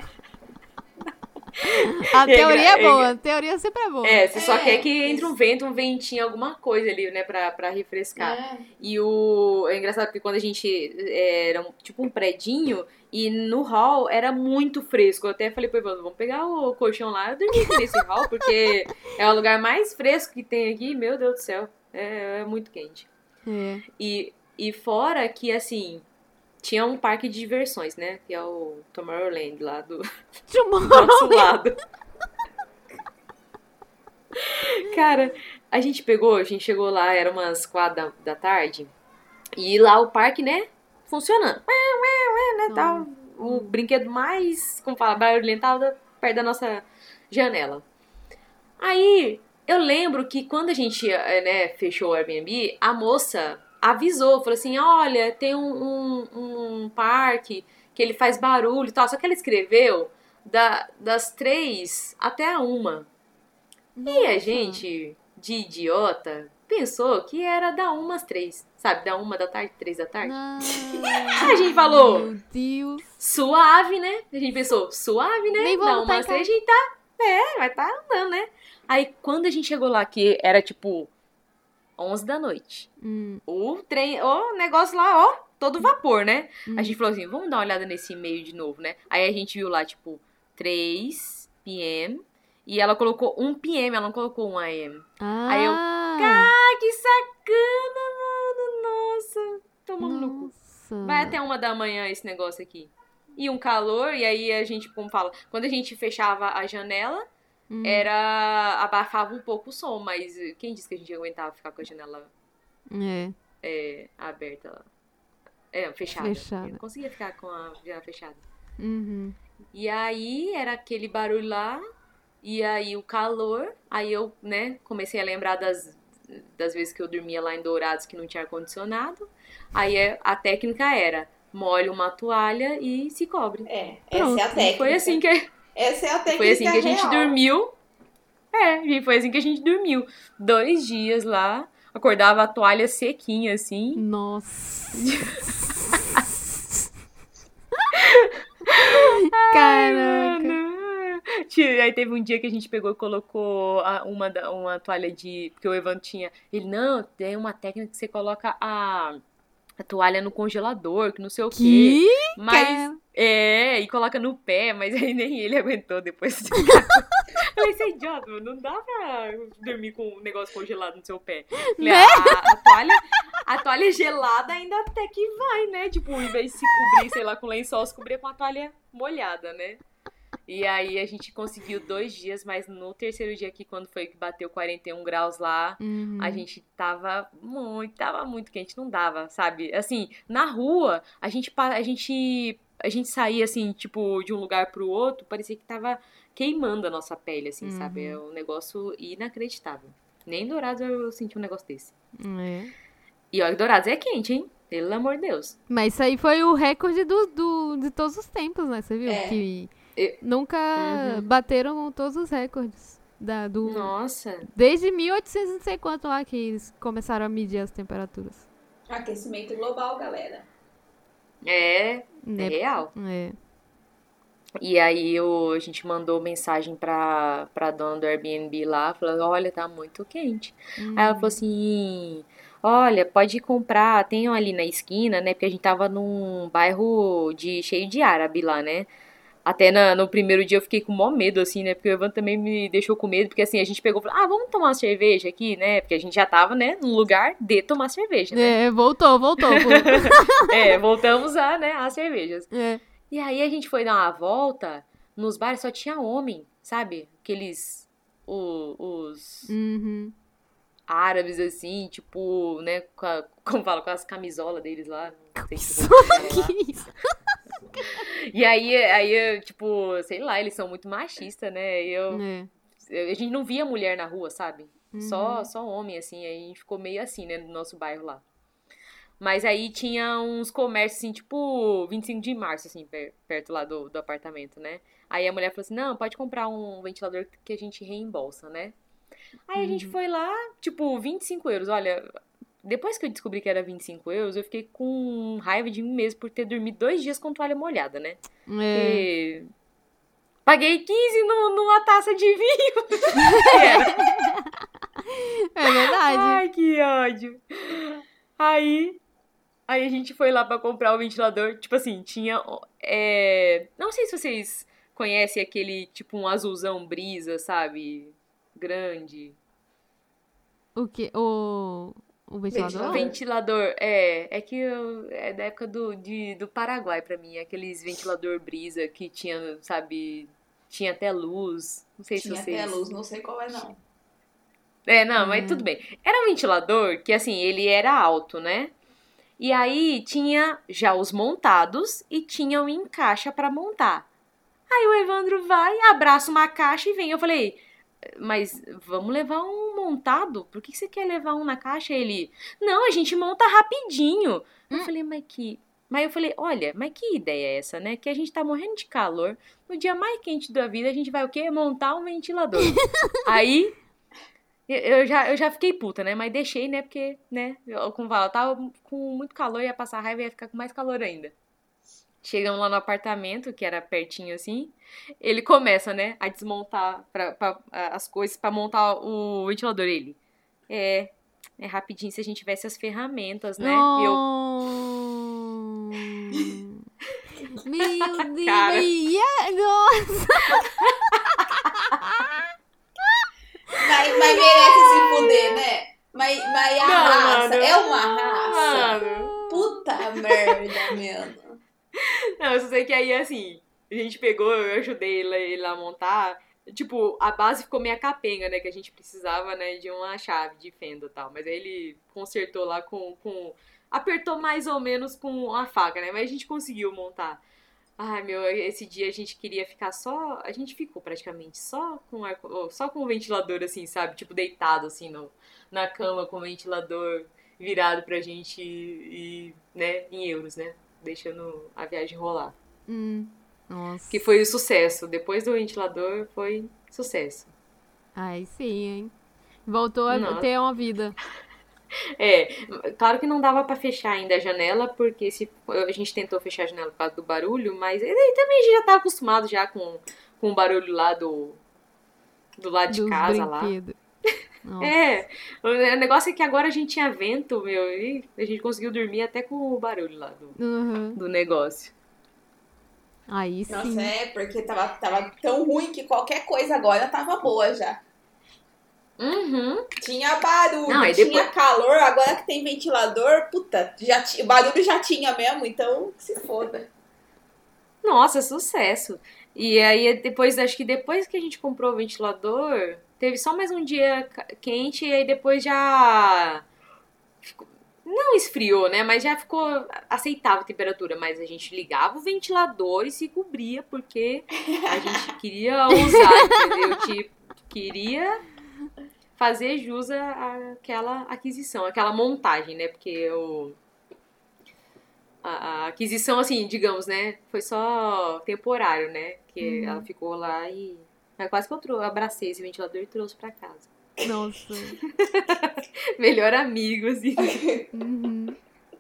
A teoria é boa, a teoria sempre é boa. Você só quer que entre um ventinho, alguma coisa ali, né, pra refrescar. E é engraçado porque quando a gente era tipo um predinho e no hall era muito fresco. Eu até falei pro Evandro, vamos pegar o colchão lá e dormir nesse hall, porque é o lugar mais fresco que tem aqui, meu Deus do céu, é muito quente. E fora que, assim... Tinha um parque de diversões, né? Que é o Tomorrowland lá do nosso lado. Cara, a gente chegou lá, era umas 4 da tarde. E lá o parque, né? Funcionando. Né, tal, o brinquedo mais, como fala, barulhentado perto da nossa janela. Aí, eu lembro que quando a gente fechou o Airbnb, a moça... avisou, falou assim, olha, tem um parque que ele faz barulho e tal. Só que ela escreveu das 3 até a 1. E a gente, de idiota, pensou que era da 1 às 3. Sabe, da 1 da tarde, 3 da tarde. A gente falou, meu Deus, suave, né? A gente pensou, suave, né? Nem Da 1 às 3 a gente vai estar andando, né? Aí, quando a gente chegou lá, que era tipo... 11 da noite. O trem, o negócio lá, todo vapor, né? A gente falou assim, vamos dar uma olhada nesse e-mail de novo, né? Aí a gente viu lá, tipo, 3 p.m. E ela colocou 1 p.m., ela não colocou 1 a.m. Aí eu, que sacana, mano, nossa. Tomando no cu. Vai até 1 da manhã esse negócio aqui. E um calor, e aí a gente, como fala, quando a gente fechava a janela... abafava um pouco o som, mas quem disse que a gente aguentava ficar com a janela aberta lá? Fechada. Eu não conseguia ficar com a janela fechada. E aí era aquele barulho lá, e aí o calor, aí eu, né, comecei a lembrar das vezes que eu dormia lá em Dourados que não tinha ar-condicionado. Aí a técnica era, molhe uma toalha e se cobre. Essa é a técnica. Foi assim que... Essa é a técnica. Foi assim que a gente real. dormiu. Foi assim que a gente dormiu. 2 dias lá, acordava a toalha sequinha, assim. Nossa. Caraca. Aí teve um dia que a gente pegou e colocou uma toalha de... Porque o Evandro tinha... Ele, não, tem uma técnica que você coloca a toalha no congelador, que não sei o quê. Mas... e coloca no pé, mas aí nem ele aguentou depois. Eu falei, você é idiota, não dá pra dormir com um negócio congelado no seu pé. Falei, a toalha gelada ainda até que vai, né? Tipo, em vez de se cobrir, sei lá, com lençol, se cobrir com a toalha molhada, né? E aí a gente conseguiu 2 dias, mas no terceiro dia aqui, quando foi que bateu 41 graus lá, a gente tava muito quente, não dava, sabe? Assim, na rua, a gente saía, assim, tipo, de um lugar pro outro, parecia que tava queimando a nossa pele, assim, sabe? É um negócio inacreditável. Nem em Dourados eu senti um negócio desse. E olha que Dourados é quente, hein? Pelo amor de Deus. Mas isso aí foi o recorde de todos os tempos, né? Você viu? Que Nunca bateram todos os recordes. Nossa. Desde 1800 não sei quanto lá que eles começaram a medir as temperaturas. Aquecimento global, galera. É real. É. E aí a gente mandou mensagem pra dona do Airbnb lá, falando, olha, tá muito quente. Aí ela falou assim, olha, pode comprar, tem ali na esquina, né? Porque a gente tava num bairro cheio de árabe lá, né? Até no primeiro dia eu fiquei com o maior medo, assim, né? Porque o Evan também me deixou com medo, porque assim, a gente pegou e falou, vamos tomar uma cerveja aqui, né? Porque a gente já tava, né, num lugar de tomar cerveja, né? Voltou. Voltamos às cervejas. É. E aí a gente foi dar uma volta, nos bares só tinha homem, sabe? Aqueles, os árabes, assim, tipo, né, como fala, com as camisolas deles lá. Não sei se que isso? E aí, tipo, sei lá, eles são muito machistas, né? A gente não via mulher na rua, sabe? Só homem, assim, aí a gente ficou meio assim, né, no nosso bairro lá. Mas aí tinha uns comércios, assim, tipo 25 de março, assim, perto lá do apartamento, né? Aí a mulher falou assim, não, pode comprar um ventilador que a gente reembolsa, né? Aí a gente foi lá, tipo, 25 euros. Olha, depois que eu descobri que era 25 euros, eu fiquei com raiva de mim mesmo por ter dormido 2 dias com toalha molhada, né? E paguei 15 numa taça de vinho. É verdade. Ai, que ódio. Aí a gente foi lá pra comprar o ventilador. Tipo assim, tinha... Não sei se vocês conhecem aquele, tipo, um azulzão brisa, sabe? Grande. O quê? O ventilador? Ventilador, é que é da época do Paraguai pra mim. Aqueles ventilador brisa que tinha, sabe... Tinha até luz. Não sei se vocês... Tinha até luz, não sei qual é não. Não, mas tudo bem. Era um ventilador que, assim, ele era alto, né? E aí tinha já os montados e tinha o em caixa pra montar. Aí o Evandro vai, abraça uma caixa e vem. Eu falei, mas vamos levar um montado? Por que você quer levar um na caixa? Ele, não, a gente monta rapidinho. Eu falei, Mas eu falei, olha, mas que ideia é essa, né? Que a gente tá morrendo de calor. No dia mais quente da vida, a gente vai o quê? Montar um ventilador. Aí... Eu já fiquei puta, né? Mas deixei, né? Porque, né? Como fala, eu tava com muito calor, ia passar raiva e ia ficar com mais calor ainda. Chegamos lá no apartamento, que era pertinho assim. Ele começa, né? A desmontar as coisas pra montar o ventilador. Ele, é rapidinho se a gente tivesse as ferramentas, né? Meu Deus! Cara. Nossa! Mas merece se fuder, né? Mas a raça mano. é uma raça. Mano. Puta merda, mano. Não, eu só sei que aí, assim, a gente pegou, eu ajudei ele a montar. Tipo, a base ficou meio capenga, né? Que a gente precisava, né, de uma chave de fenda e tal. Mas aí ele consertou lá apertou mais ou menos com a faca, né? Mas a gente conseguiu montar. Ai, meu, esse dia a gente queria ficar só... A gente ficou praticamente só com o ventilador, assim, sabe? Tipo, deitado, assim, na cama com o ventilador virado pra gente e né, em euros, né? Deixando a viagem rolar. Nossa. Que foi o sucesso. Depois do ventilador, foi sucesso. Ai, sim, hein? Voltou a ter uma vida. Claro que não dava pra fechar ainda a janela, porque a gente tentou fechar a janela por causa do barulho, mas ele também já tá acostumado já com o barulho lá do lado de casa brinquedos. lá. O negócio é que agora a gente tinha vento, meu, e a gente conseguiu dormir até com o barulho lá do negócio. Aí sim. Nossa, porque tava tão ruim que qualquer coisa agora tava boa já. Tinha barulho, não, tinha calor, agora que tem ventilador, puta, o barulho já tinha mesmo, então se foda. Nossa, sucesso. E aí acho que depois que a gente comprou o ventilador, teve só mais um dia quente e aí depois já não esfriou, né? Mas já ficou aceitável a temperatura. Mas a gente ligava o ventilador e se cobria porque a gente queria usar, entendeu? Tipo, queria fazer jus àquela aquisição, aquela montagem, né? Porque a aquisição, assim, digamos, né? Foi só temporário, né? Que ela ficou lá e... Mas quase que eu abracei esse ventilador e trouxe pra casa. Nossa. Melhor amigo, assim. Uhum.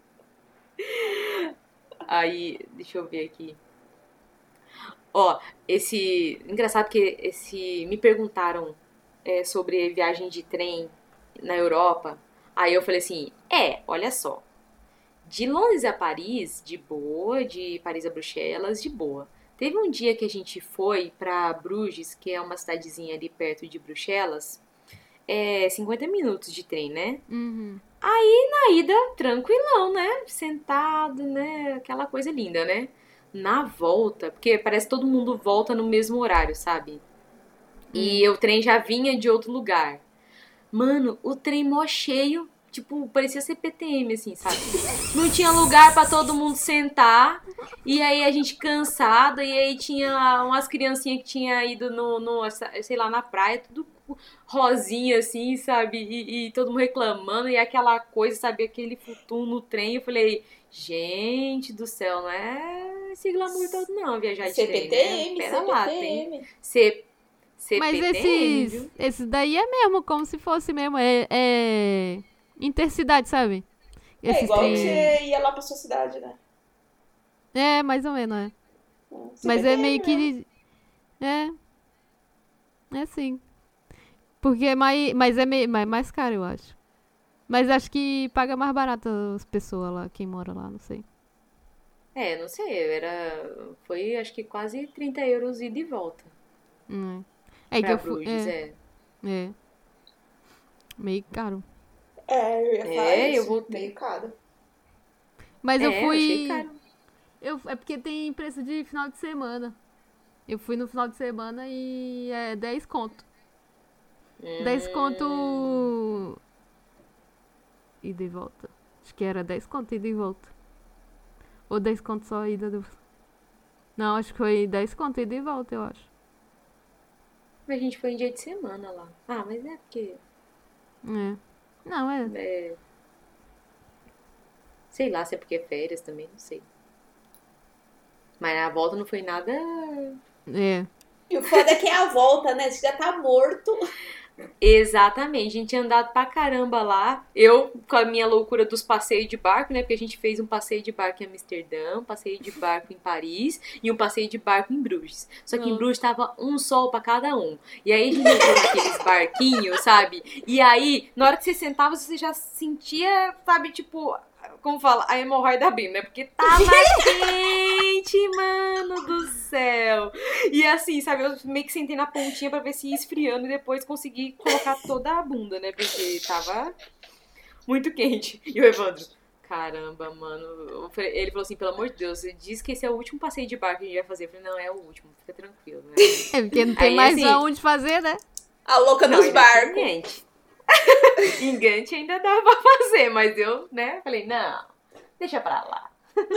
Aí, deixa eu ver aqui. Ó, engraçado porque me perguntaram sobre viagem de trem na Europa. Aí eu falei assim, olha só. De Londres a Paris, de boa. De Paris a Bruxelas, de boa. Teve um dia que a gente foi pra Bruges, que é uma cidadezinha ali perto de Bruxelas. 50 minutos de trem, né? Uhum. Aí, na ida, tranquilão, né? Sentado, né? Aquela coisa linda, né? Na volta, porque parece que todo mundo volta no mesmo horário, sabe? E o trem já vinha de outro lugar. Mano, o trem mó cheio. Tipo, parecia ser PTM, assim, sabe? Não tinha lugar pra todo mundo sentar. E aí a gente cansada. E aí tinha umas criancinhas que tinha ido sei lá, na praia. Tudo rosinha, assim, sabe? E todo mundo reclamando. E aquela coisa, sabe? Aquele futum no trem. Eu falei, gente do céu, não é esse glamour todo não, viajar de trem, né? Pera lá, tem... Mas CPTM, viu? esses daí é mesmo, como se fosse mesmo. Intercidade, sabe? Igual que você ia lá pra sua cidade, né? Mais ou menos, CPTM, mas é meio que... É sim. Porque mas é mais caro, eu acho. Mas acho que paga mais barato as pessoas lá, quem mora lá, não sei. Não sei, foi acho que quase 30 euros ida e volta. Que pra eu fui. Bruges, Meio caro. Eu ia falar isso. Eu voltei. Meio caro. Mas eu fui. Achei caro. É porque tem preço de final de semana. Eu fui no final de semana e é 10 conto. 10 conto. Ida e volta. Acho que era 10 conto ida e volta. Ou 10 conto só ida. Não, acho que foi 10 conto ida e volta, eu acho. Mas a gente foi em dia de semana lá. Mas é porque... Não, sei lá, se é porque é férias também, não sei. Mas a volta não foi nada... E o foda é que é a volta, né? Você já tá morto. Exatamente, a gente tinha andado pra caramba lá. Eu, com a minha loucura dos passeios de barco, né? Porque a gente fez um passeio de barco em Amsterdã, um passeio de barco em Paris e um passeio de barco em Bruges. Só que em Bruges tava um sol pra cada um. E aí a gente entrou naqueles barquinhos, sabe? E aí, na hora que você sentava, você já sentia, sabe, tipo... Como fala? A hemorroida abrindo, né? Porque tava quente, mano do céu. E assim, sabe? Eu meio que sentei na pontinha pra ver se ia esfriando e depois consegui colocar toda a bunda, né? Porque tava muito quente. E o Evandro, caramba, mano. Ele falou assim, pelo amor de Deus, diz que esse é o último passeio de barco que a gente vai fazer. Eu falei, não, é o último, fica tranquilo, né? Porque não tem aí, mais assim, aonde fazer, né? A louca dos barcos. Em Gant ainda dava pra fazer, mas eu, né, falei, não, deixa pra lá.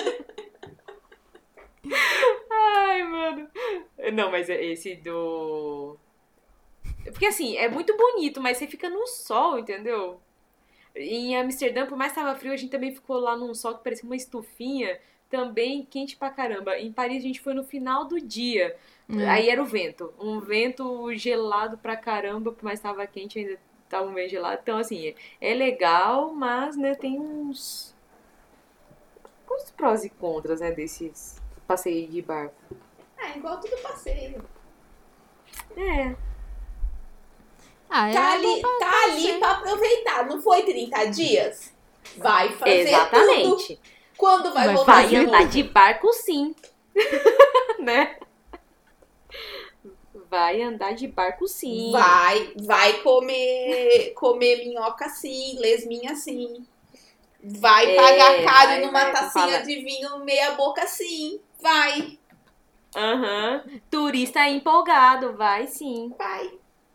Ai, mano. Não, mas esse do... Porque assim, é muito bonito, mas você fica no sol, entendeu? Em Amsterdã, por mais que tava frio, a gente também ficou lá num sol que parecia uma estufinha, também quente pra caramba. Em Paris a gente foi no final do dia. Aí era o vento. Um vento gelado pra caramba, por mais que tava quente, ainda tava meio gelado. Então, assim, é legal, mas, né, tem uns prós e contras, né, desses passeios de barco. Igual todo passeio. Tá ali pra aproveitar. Não foi 30 dias? Vai fazer exatamente. Tudo. Quando vai voltar? Vai andar de barco, sim. Né? Vai andar de barco, sim. Vai comer minhoca, sim. Lesminha, sim. Vai pagar caro numa tacinha de vinho meia boca, sim. Vai. Turista empolgado, vai sim. Vai.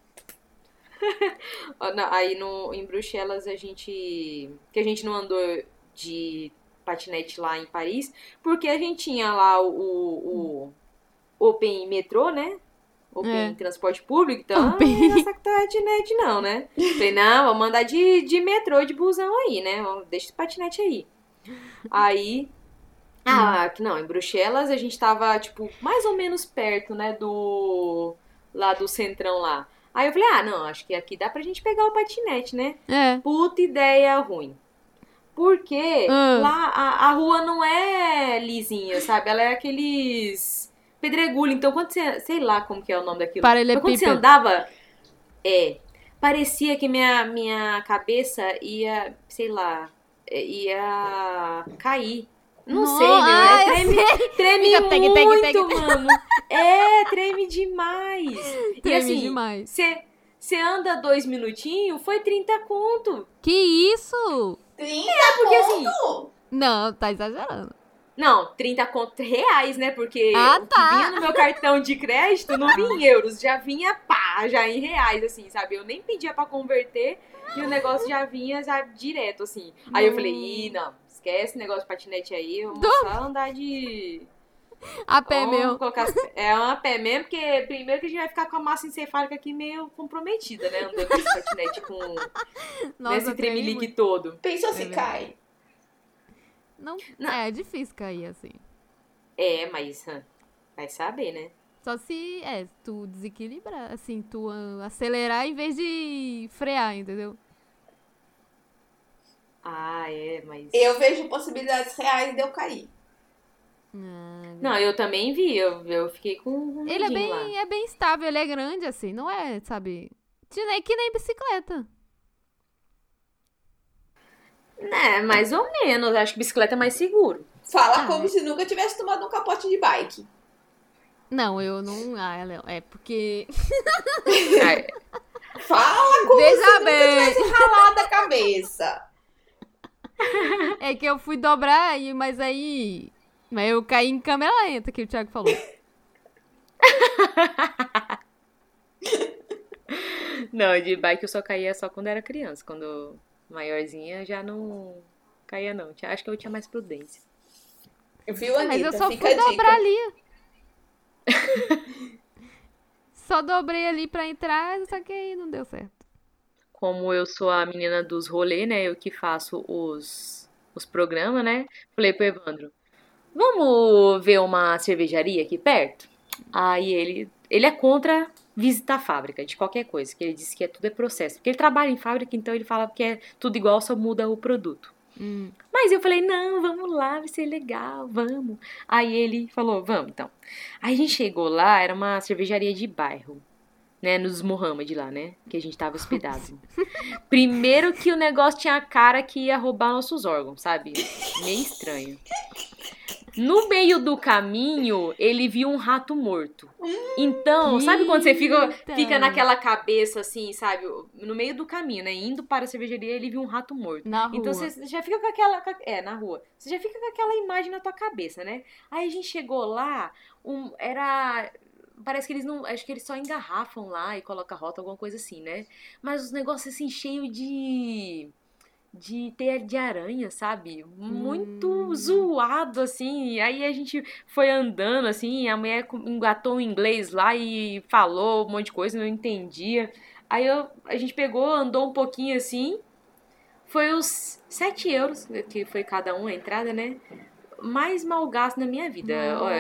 Aí em Bruxelas a gente não andou de patinete lá em Paris, porque a gente tinha lá o Open Metrô, né? Open transporte público, então não ia gastar com patinete não, né? Falei, não, vamos andar de metrô, de busão aí, né? Deixa o patinete aí. Aí Não, em Bruxelas a gente tava, tipo, mais ou menos perto, né, lá do centrão lá. Aí eu falei, não, acho que aqui dá pra gente pegar o patinete, né? Puta ideia ruim. Porque lá a rua não é lisinha, sabe? Ela é aqueles pedregulho. Então, quando você... Sei lá como que é o nome daquilo. Mas quando você andava... Parecia que minha cabeça ia, sei lá, ia cair. Não sei, meu. Treme muito, mano. Treme demais. Treme assim, demais. Você anda 2 minutinhos, foi 30 conto. Que isso? 30 porque conto? Assim... Não, tá exagerando. Não, 30 conto reais, né? Porque o que vinha no meu cartão de crédito não vinha em euros, já vinha já em reais, assim, sabe? Eu nem pedia pra converter e o negócio já vinha direto, assim. Aí eu falei, não, esquece esse negócio de patinete aí, vamos só andar de... A pé mesmo. A pé mesmo, porque primeiro que a gente vai ficar com a massa encefálica aqui meio comprometida, né? Andando com esse patinete com... nesse tremelique todo. Pensou se cai. Não, é difícil cair assim. Mas vai saber, né? Só se tu desequilibrar, assim, tu acelerar em vez de frear, entendeu? Mas... Eu vejo possibilidades reais de eu cair. Não, eu também vi, eu fiquei com um ele é bem estável, ele é grande, assim, não é, sabe? Que nem bicicleta. Mais ou menos. Acho que bicicleta é mais seguro. Fala como se nunca tivesse tomado um capote de bike. Não, eu não... é porque... Fala como se nunca tivesse ralado a cabeça. É que eu fui dobrar, mas eu caí em câmera lenta, que o Thiago falou. Não, de bike eu só caía só quando era criança. Quando... maiorzinha já não caía, não. Acho que eu tinha mais prudência. Viu, Anitta? Mas eu só fui dobrar ali. Só dobrei ali pra entrar, só que aí não deu certo. Como eu sou a menina dos rolês, né? Eu que faço os programas, né? Falei pro Evandro, vamos ver uma cervejaria aqui perto? Aí ele é contra visitar a fábrica de qualquer coisa, que ele disse que tudo é processo. Porque ele trabalha em fábrica, então ele fala que é tudo igual, só muda o produto. Mas eu falei, não, vamos lá, vai ser legal, vamos. Aí ele falou, vamos então. Aí a gente chegou lá, era uma cervejaria de bairro, né, nos Mohamed lá, né, que a gente tava hospedado. Primeiro que o negócio tinha a cara que ia roubar nossos órgãos, sabe? Meio estranho. No meio do caminho, ele viu um rato morto. Então, sabe quando você fica naquela cabeça assim, sabe? No meio do caminho, né? Indo para a cervejaria, ele viu um rato morto. Na rua. Então você já fica com aquela... na rua. Você já fica com aquela imagem na tua cabeça, né? Aí a gente chegou lá, parece que eles não... Acho que eles só engarrafam lá e colocam rota, alguma coisa assim, né? Mas os negócios assim, cheio de teia de aranha, sabe? Muito zoado, assim. Aí a gente foi andando, assim, a mulher engatou o inglês lá e falou um monte de coisa, não entendia. Aí a gente pegou, andou um pouquinho, assim, foi os 7 euros, que foi cada um a entrada, né? Mais mal gasto na minha vida.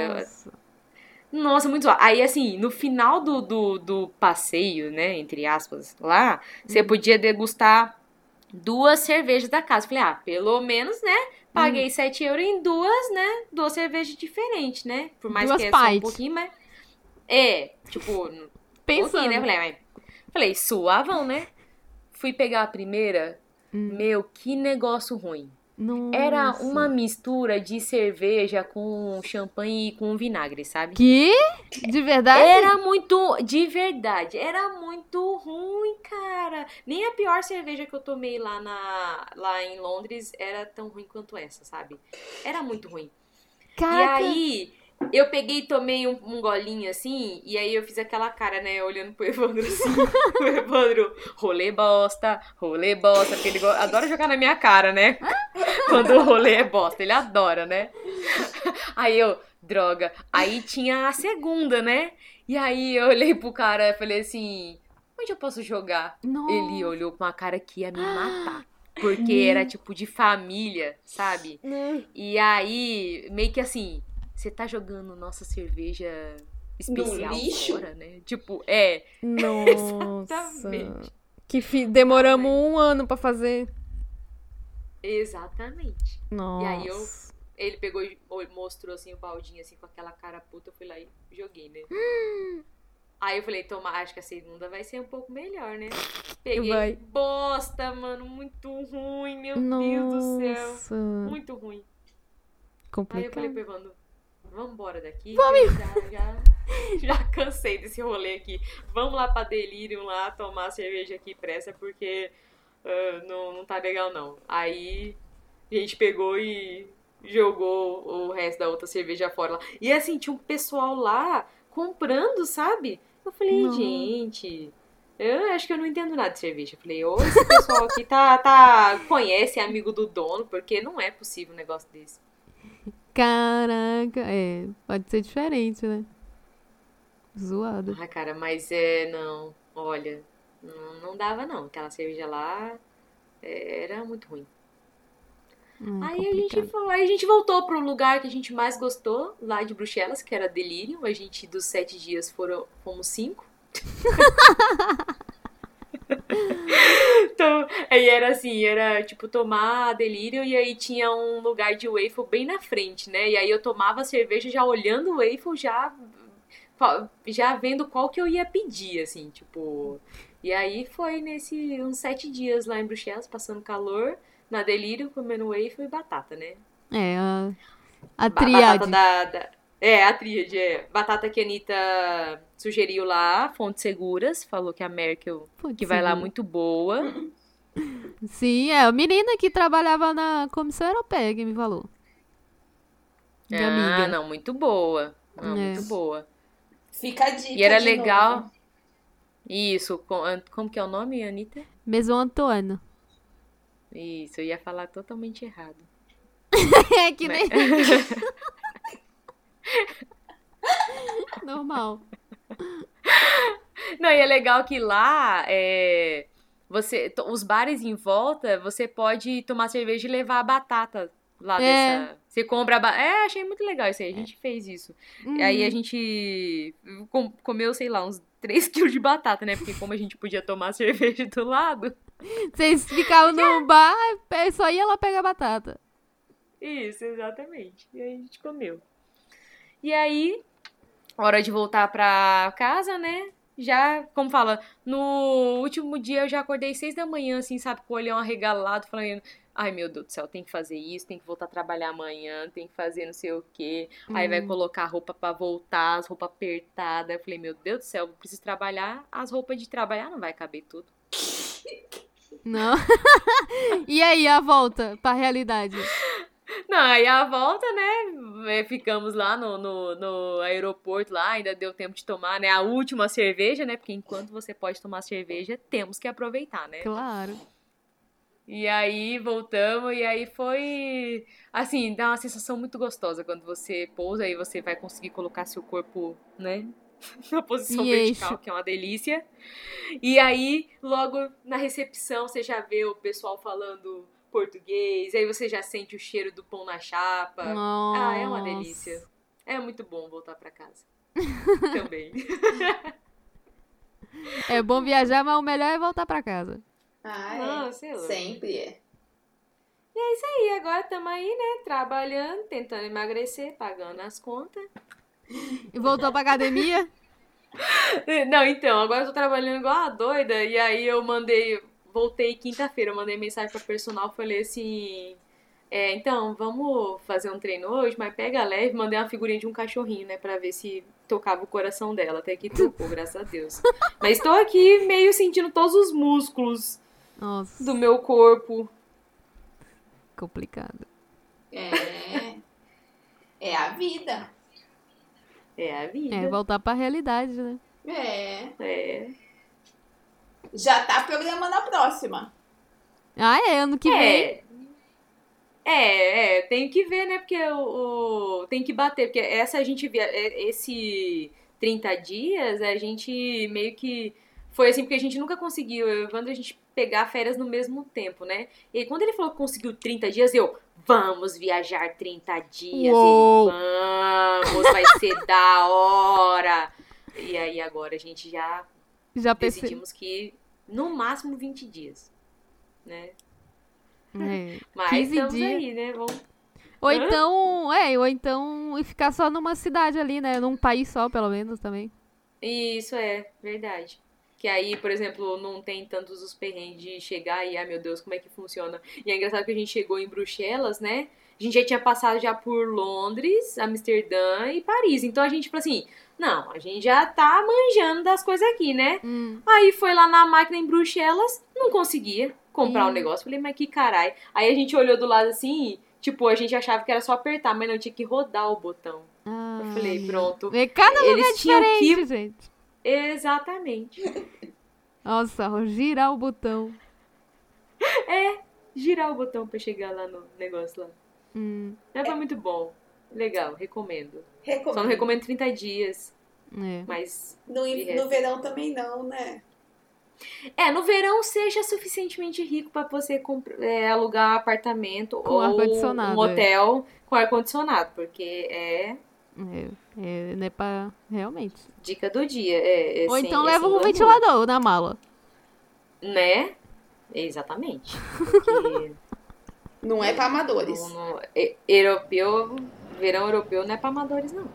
Nossa, muito zoado. Aí, assim, no final do passeio, né, entre aspas, lá, você podia degustar 2 cervejas da casa. Falei, pelo menos, né? Paguei 7 euros em 2 cervejas diferentes, né? Por mais 2 que é pints. só um pouquinho, mas... tipo... Pensando. Né? Falei, suavão, né? Fui pegar a primeira. Meu, que negócio ruim. Nossa. Era uma mistura de cerveja com champanhe e com vinagre, sabe? Que? De verdade? Era muito... De verdade. Era muito ruim, cara. Nem a pior cerveja que eu tomei lá em Londres era tão ruim quanto essa, sabe? Era muito ruim. Caraca. E aí, eu peguei e tomei um golinho assim, e aí eu fiz aquela cara, né, olhando pro Evandro assim. O Evandro, rolê bosta, porque ele adora jogar na minha cara, né? Quando o rolê é bosta, ele adora, né? Aí eu, droga. Aí tinha a segunda, né? E aí eu olhei pro cara e falei assim, onde eu posso jogar? Nossa. Ele olhou com uma cara que ia me matar. Porque era tipo de família, sabe? E aí, meio que assim, você tá jogando nossa cerveja especial no lixo? fora, né? Tipo, Nossa. Exatamente. Demoramos 1 ano pra fazer. Exatamente. Nossa. E aí ele pegou e mostrou assim o baldinho assim com aquela cara puta, eu fui lá e joguei, né? Aí eu falei, toma, acho que a segunda vai ser um pouco melhor, né? Peguei bosta, mano, muito ruim, meu Deus do céu. Muito ruim. Complicado. Aí eu falei pro Evandro, vamos embora daqui. Vamos. Já cansei desse rolê aqui. Vamos lá pra Delirium lá tomar cerveja aqui pressa, porque não tá legal não. Aí a gente pegou e jogou o resto da outra cerveja fora lá. E assim, tinha um pessoal lá comprando, sabe? Eu falei, gente, eu acho que eu não entendo nada de cerveja. Eu falei, ou esse pessoal aqui conhece, é amigo do dono, porque não é possível um negócio desse. Caraca, pode ser diferente, né? Zoado. Ah, cara, mas não, olha, não dava não. Aquela cerveja lá era muito ruim. Aí a gente voltou pro lugar que a gente mais gostou, lá de Bruxelas, que era Delirium. A gente, dos 7 dias, fomos 5. Então, aí era assim, era tipo tomar Delirium e aí tinha um lugar de waffle bem na frente, né? E aí eu tomava cerveja já olhando o waffle, já vendo qual que eu ia pedir, assim, tipo... E aí foi uns 7 dias lá em Bruxelas, passando calor, na Delírio, comendo waffle e batata, né? A tríade. A tríade, Batata que a Anitta sugeriu lá, Fontes Seguras, falou que a Merkel, que vai lá, muito boa. Sim, a menina que trabalhava na Comissão Europeia que me falou. Minha amiga. Não, muito boa. Muito boa. Fica a dica. E era de legal. Novo. Isso, como que é o nome, Anitta? Maison Antoine. Isso, eu ia falar totalmente errado. É que nem... Normal. Não, e é legal que lá, os bares em volta, você pode tomar cerveja e levar a batata lá dessa... Você compra a batata... achei muito legal isso aí, a gente fez isso. Aí a gente comeu, sei lá, uns 3 quilos de batata, né? Porque como a gente podia tomar cerveja do lado... Vocês ficavam no bar, só ia lá pegar batata. Isso, exatamente. E aí a gente comeu. E aí, hora de voltar pra casa, né? Já, como fala, no último dia eu já acordei 6 da manhã, assim, sabe? Com o olhão arregalado, falando... Ai, meu Deus do céu, tem que fazer isso, tem que voltar a trabalhar amanhã, tem que fazer não sei o quê. Aí vai colocar roupa pra voltar, as roupas apertadas. Eu falei, meu Deus do céu, eu preciso trabalhar. As roupas de trabalhar não vai caber tudo. Não. E aí, a volta pra realidade? Não, aí a volta, né, ficamos lá no aeroporto lá, ainda deu tempo de tomar, né, a última cerveja, né, porque enquanto você pode tomar cerveja, temos que aproveitar, né. Claro. E aí voltamos, e aí foi, assim, dá uma sensação muito gostosa quando você pousa e você vai conseguir colocar seu corpo, né, na posição vertical, que é uma delícia. E aí, logo na recepção, você já vê o pessoal falando português, aí você já sente o cheiro do pão na chapa. Nossa. É uma delícia. É muito bom voltar pra casa. Também. É bom viajar, mas o melhor é voltar pra casa. Sempre é. E é isso aí, agora estamos aí, né, trabalhando, tentando emagrecer, pagando as contas. E voltou pra academia? Não, então, agora eu tô trabalhando igual uma doida, e aí voltei quinta-feira, eu mandei mensagem pra personal, falei assim, então, vamos fazer um treino hoje, mas pega leve, mandei uma figurinha de um cachorrinho, né, pra ver se tocava o coração dela, até que tocou, graças a Deus. Mas tô aqui meio sentindo todos os músculos do meu corpo. Complicado. É a vida. É a vida. É voltar pra realidade, né? Já tá programando a próxima. Ano que vem? Tem que ver, né? Porque tem que bater. Porque essa a gente via. Esse 30 dias, a gente meio que foi assim, porque a gente nunca conseguiu, eu e o Evandro, a gente pegar férias no mesmo tempo, né? E aí, quando ele falou que conseguiu 30 dias, vamos viajar 30 dias. Uou. Ele, vamos, vai ser da hora. E aí, agora a gente já decidimos que no máximo 20 dias, né? Mas 15 estamos dias. aí, né? Vamos... Ou então e ficar só numa cidade ali, né? Num país só, pelo menos, também. Isso é verdade. Que aí, por exemplo, não tem tantos os perrengues de chegar e, meu Deus, como é que funciona? E é engraçado que a gente chegou em Bruxelas, né? A gente já tinha passado já por Londres, Amsterdã e Paris. Então a gente falou assim, não, a gente já tá manjando das coisas aqui, né? Aí foi lá na máquina em Bruxelas, não conseguia comprar o negócio. Falei, mas que caralho. Aí a gente olhou do lado assim, tipo, a gente achava que era só apertar, mas não, tinha que rodar o botão. Eu falei, pronto. Cada lugar Eles é tinham diferente, gente. Exatamente. Nossa, girar o botão. Girar o botão pra chegar lá no negócio lá. Mas foi muito bom. Legal, recomendo. Só não recomendo 30 dias. Mas No verão também não, né? no verão seja suficientemente rico pra você alugar um apartamento com ou ar-condicionado, um hotel com ar-condicionado, porque não é pra... Realmente. dica do dia. Ou sem, então é leva sem um glamour, ventilador na mala. né? Exatamente. Porque Não é pra amadores. verão europeu não é pra amadores, não.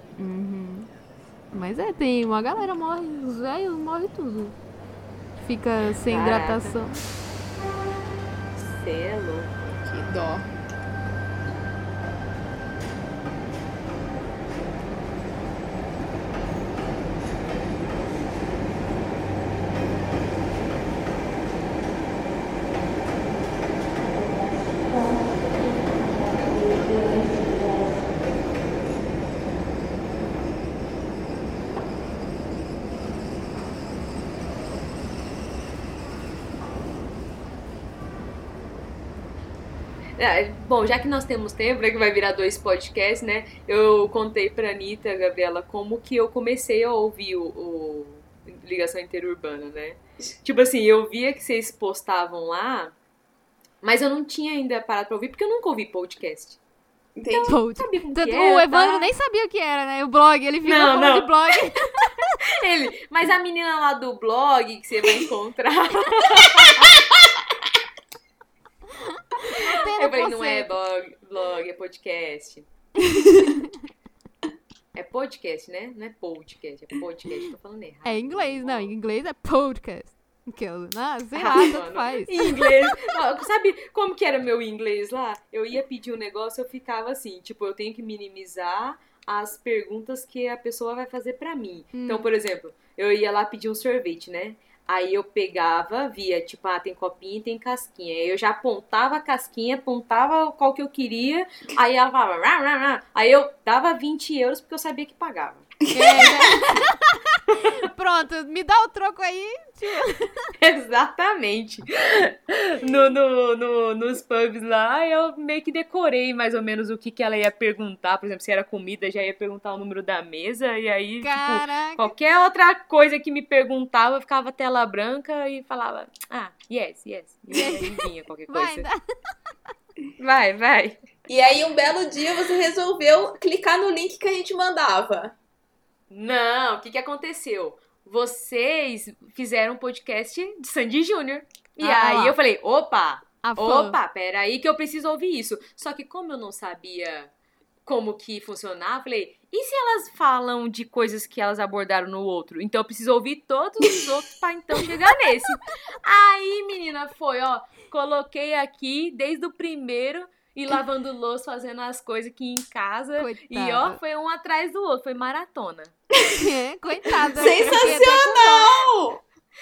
Mas tem uma galera morre, os velhos morrem tudo. Fica sem hidratação. Cê é louco. Que dó. Bom, já que nós temos tempo, né, que vai virar 2 podcasts, né? Eu contei pra Anitta, Gabriela, como que eu comecei a ouvir o Ligação Interurbana, né? Tipo assim, eu via que vocês postavam lá, mas eu não tinha ainda parado pra ouvir, porque eu nunca ouvi podcast. Entendi. Então, sabia como que O Evandro nem sabia o que era, né? O blog, ele ficou falando de blog. Mas a menina lá do blog que você vai encontrar... Eu falei, não é blog, é podcast. É podcast, né? Não é podcast, é podcast. Tô falando errado. É inglês, não. Em inglês é podcast. Sei lá, tanto faz. Em inglês. Sabe como que era meu inglês lá? Eu ia pedir um negócio, eu ficava assim, tipo, eu tenho que minimizar as perguntas que a pessoa vai fazer pra mim. Então, por exemplo, eu ia lá pedir um sorvete, né? Aí eu pegava, via, tipo, tem copinha e tem casquinha. Aí eu já apontava a casquinha, apontava qual que eu queria. Aí ela falava, rá, rá, rá. Aí eu dava 20 euros porque eu sabia que pagava. Pronto, me dá o troco aí. Exatamente. Nos pubs lá, eu meio que decorei mais ou menos o que ela ia perguntar. Por exemplo, se era comida, já ia perguntar o número da mesa. E aí, tipo, qualquer outra coisa que me perguntava, eu ficava tela branca e falava, yes. E aí vinha qualquer coisa. Vai. E aí, um belo dia, você resolveu clicar no link que a gente mandava. Não, o que aconteceu? Vocês fizeram um podcast de Sandy Júnior. E aí eu falei, opa, peraí que eu preciso ouvir isso. Só que como eu não sabia como que funcionava, eu falei, e se elas falam de coisas que elas abordaram no outro? Então eu preciso ouvir todos os outros pra então chegar nesse. Aí, menina, coloquei aqui desde o primeiro... E lavando louça, fazendo as coisas aqui em casa. Coitada. E foi um atrás do outro. Foi maratona. Coitada. Sensacional!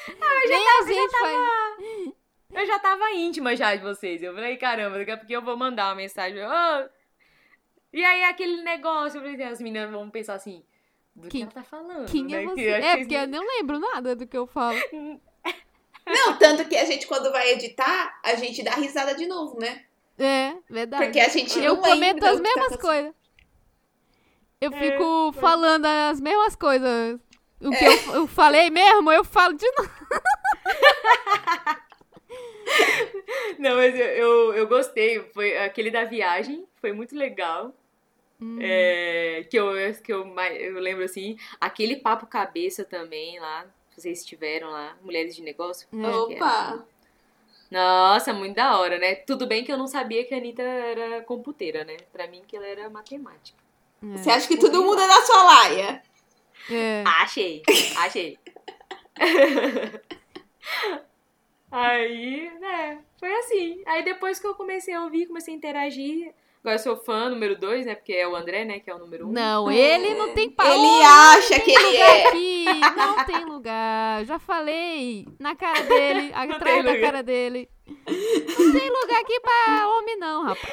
Eu já tava íntima já de vocês. Eu falei, caramba, daqui a pouco eu vou mandar uma mensagem. E aí aquele negócio, eu falei, as meninas vão pensar assim, do que ela tá falando. Quem é você? Porque eu não lembro nada do que eu falo. Não, tanto que a gente, quando vai editar, a gente dá risada de novo, né? É, verdade. Porque a gente não eu comento as mesmas coisas. Eu fico falando as mesmas coisas o que eu falei mesmo, eu falo de novo. Não, mas eu gostei. Foi aquele da viagem, foi muito legal. Que eu lembro assim. Aquele papo cabeça também lá. Vocês estiveram lá, Mulheres de Negócio. Opa! Nossa, muito da hora, né? Tudo bem que eu não sabia que a Anitta era computeira, né? Pra mim que ela era matemática. Você acha que todo mundo é da sua laia? Achei. Aí, né, foi assim. Aí depois que eu comecei a ouvir, comecei a interagir. Agora eu sou fã número 2, né? Porque é o André, né? Que é o número 1. Não, ele não tem Ele acha que ele é. Aqui, não tem lugar. Já falei na cara dele, atrás da cara dele. Não tem lugar aqui pra homem, não, rapaz.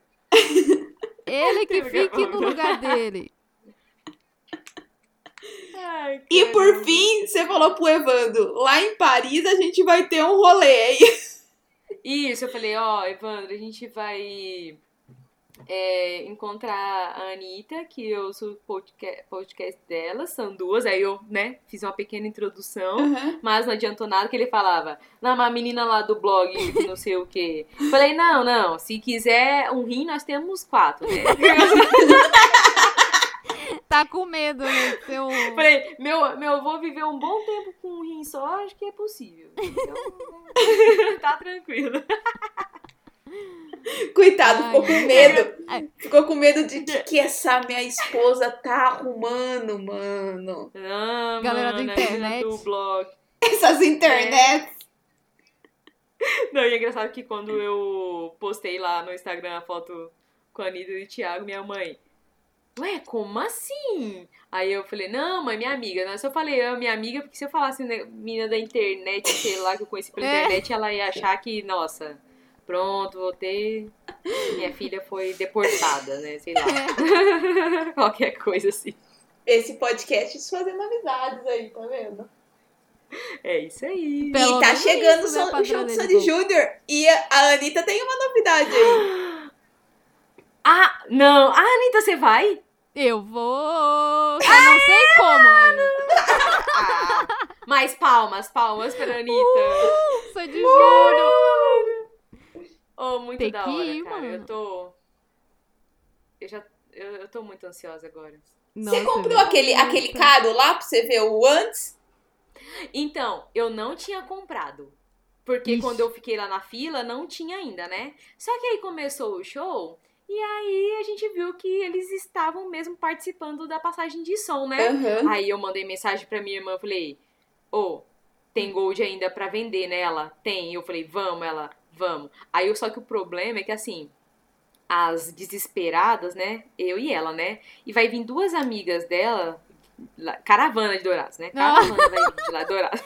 Ele que fique no lugar dele. Ai, E por fim, você falou pro Evandro, lá em Paris a gente vai ter um rolê, hein? Isso, eu falei, Evandro, a gente vai encontrar a Anitta, que eu sou o podcast dela, são duas, aí eu, né, fiz uma pequena introdução, mas não adiantou nada que ele falava, não, uma menina lá do blog, que não sei o quê. Falei, não, se quiser um rim, nós temos 4, né? Tá com medo, né? Falei, meu avô viveu um bom tempo com um rim só, acho que é possível. Então, tá tranquilo. Coitado, ficou com medo. Ficou com medo de que essa minha esposa tá arrumando, mano. Não, galera mano, da internet. Do blog. Essas internets. Não, e é engraçado que quando eu postei lá no Instagram a foto com a Anitta e o Thiago, minha mãe... Ué, como assim? Aí eu falei, não, mãe, minha amiga. Não, eu falei, minha amiga, porque se eu falasse menina da internet, sei lá, que eu conheci pela internet, ela ia achar que, nossa, pronto, vou ter... Minha filha foi deportada, né? Sei lá. Qualquer coisa assim. Esse podcast fazendo amizades aí, tá vendo? É isso aí. Pelo e tá menos chegando isso, né, o show do padrão Sandy Júnior. E a Anitta tem uma novidade aí. Ah, não. Ah, Anitta, você vai? Eu vou... Eu não sei como ainda. Mais palmas pra Anitta. Sou de Júnior. Muito Tem da que hora, ir, cara. mano. Eu tô muito ansiosa agora. Você comprou aquele caro lá pra você ver o antes? Então, eu não tinha comprado. Porque quando eu fiquei lá na fila, não tinha ainda, né? Só que aí começou o show... E aí a gente viu que eles estavam mesmo participando da passagem de som, né? Aí eu mandei mensagem pra minha irmã, falei, tem Gold ainda pra vender, né? Ela, tem. Eu falei, vamos, ela, vamos. Aí só que o problema é que assim, as desesperadas, né? Eu e ela, né? E vai vir 2 amigas dela, caravana de Dourados, né? Caravana vai vir de lá, Dourados.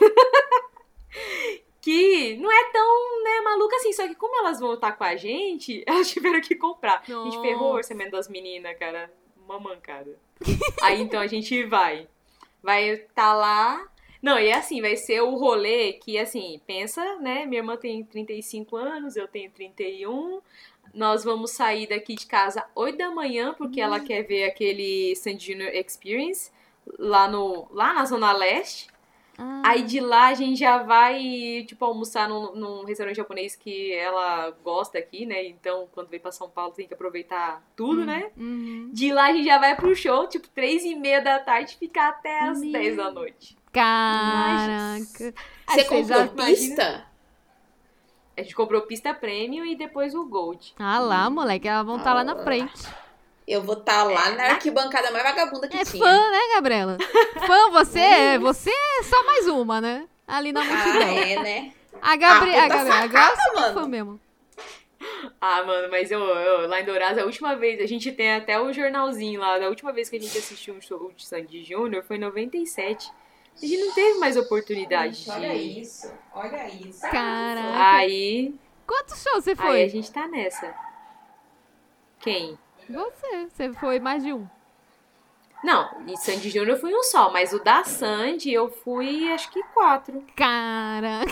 Que não é tão, né, maluca assim. Só que como elas vão estar com a gente, elas tiveram que comprar. Nossa. A gente ferrou o orçamento das meninas, cara. Uma mancada. Aí, então, a gente vai estar lá. Não, e assim, vai ser o rolê que, assim, pensa, né? Minha irmã tem 35 anos, eu tenho 31. Nós vamos sair daqui de casa 8 da manhã, porque ela quer ver aquele Sandy Junior Experience lá na Zona Leste. Aí de lá a gente já vai, tipo, almoçar num restaurante japonês que ela gosta aqui, né? Então, quando vem pra São Paulo, tem que aproveitar tudo, né? De lá a gente já vai pro show, tipo, 3:30 da tarde, ficar até as 10 da noite. Caraca. Você comprou pista? A gente comprou pista premium e depois o Gold. Ah lá, moleque, elas vão estar lá na frente. Eu vou estar lá na arquibancada mais vagabunda que tinha. Fã, né, Gabriela? Fã, você é só mais uma, né? Ali na multidão. Né? A Gabriela sacada, é mano. fã mesmo. Mano, mas eu lá em Dourados, a última vez, a gente tem até o jornalzinho lá, da última vez que a gente assistiu um show de Sandy Júnior foi em 97. A gente não teve mais oportunidade de... Olha isso. Caraca. Aí... Quantos shows você foi? Aí a gente tá nessa. Quem? Você foi mais de um. Não, e Sandy Júnior eu fui um só, mas o da Sandy eu fui acho que 4. Caraca.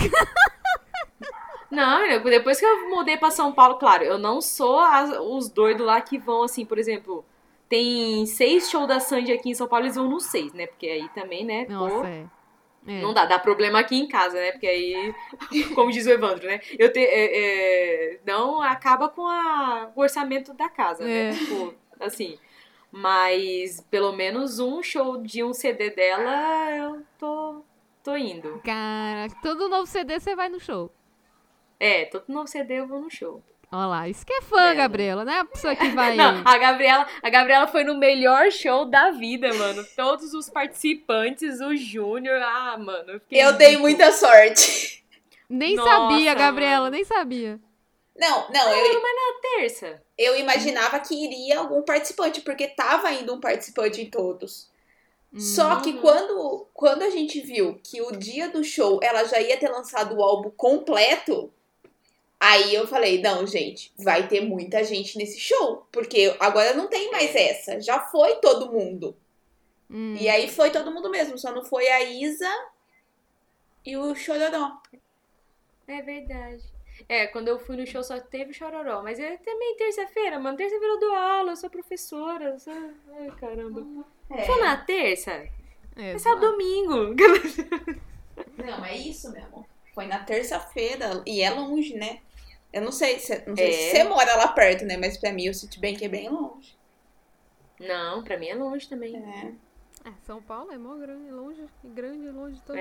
Não, depois que eu mudei pra São Paulo, claro, eu não sou os doidos lá que vão assim, por exemplo, tem 6 shows da Sandy aqui em São Paulo, eles vão nos 6, né? Porque aí também, né? Nossa, Não dá problema aqui em casa, né? Porque aí, como diz o Evandro, né? Não acaba com o orçamento da casa, né? Tipo, assim. Mas pelo menos um show de um CD dela eu tô indo. Cara, todo novo CD você vai no show. Todo novo CD eu vou no show. Olha lá, isso que é fã, Gabriela, né? A pessoa que vai... Não, a Gabriela foi no melhor show da vida, mano. Todos os participantes, o Júnior, mano. Eu dei muita sorte. Nem sabia, Gabriela, nem sabia. Não, mas na terça. Eu imaginava que iria algum participante, porque tava indo um participante em todos. Só que quando a gente viu que o dia do show ela já ia ter lançado o álbum completo, aí eu falei, não, gente, vai ter muita gente nesse show, porque agora não tem mais essa, já foi todo mundo. E aí foi todo mundo mesmo, só não foi a Isa e o Chororó. É verdade. Quando eu fui no show só teve Chororó, mas é também terça-feira, mano, terça-feira eu dou aula, eu sou professora, ai, caramba. Foi na terça? É sábado, domingo. Não, é isso mesmo. Foi na terça-feira e é longe, né? Eu não sei se você mora lá perto, né? Mas pra mim o Citibank é bem longe. Não, pra mim é longe também. São Paulo é mó grande, longe todo.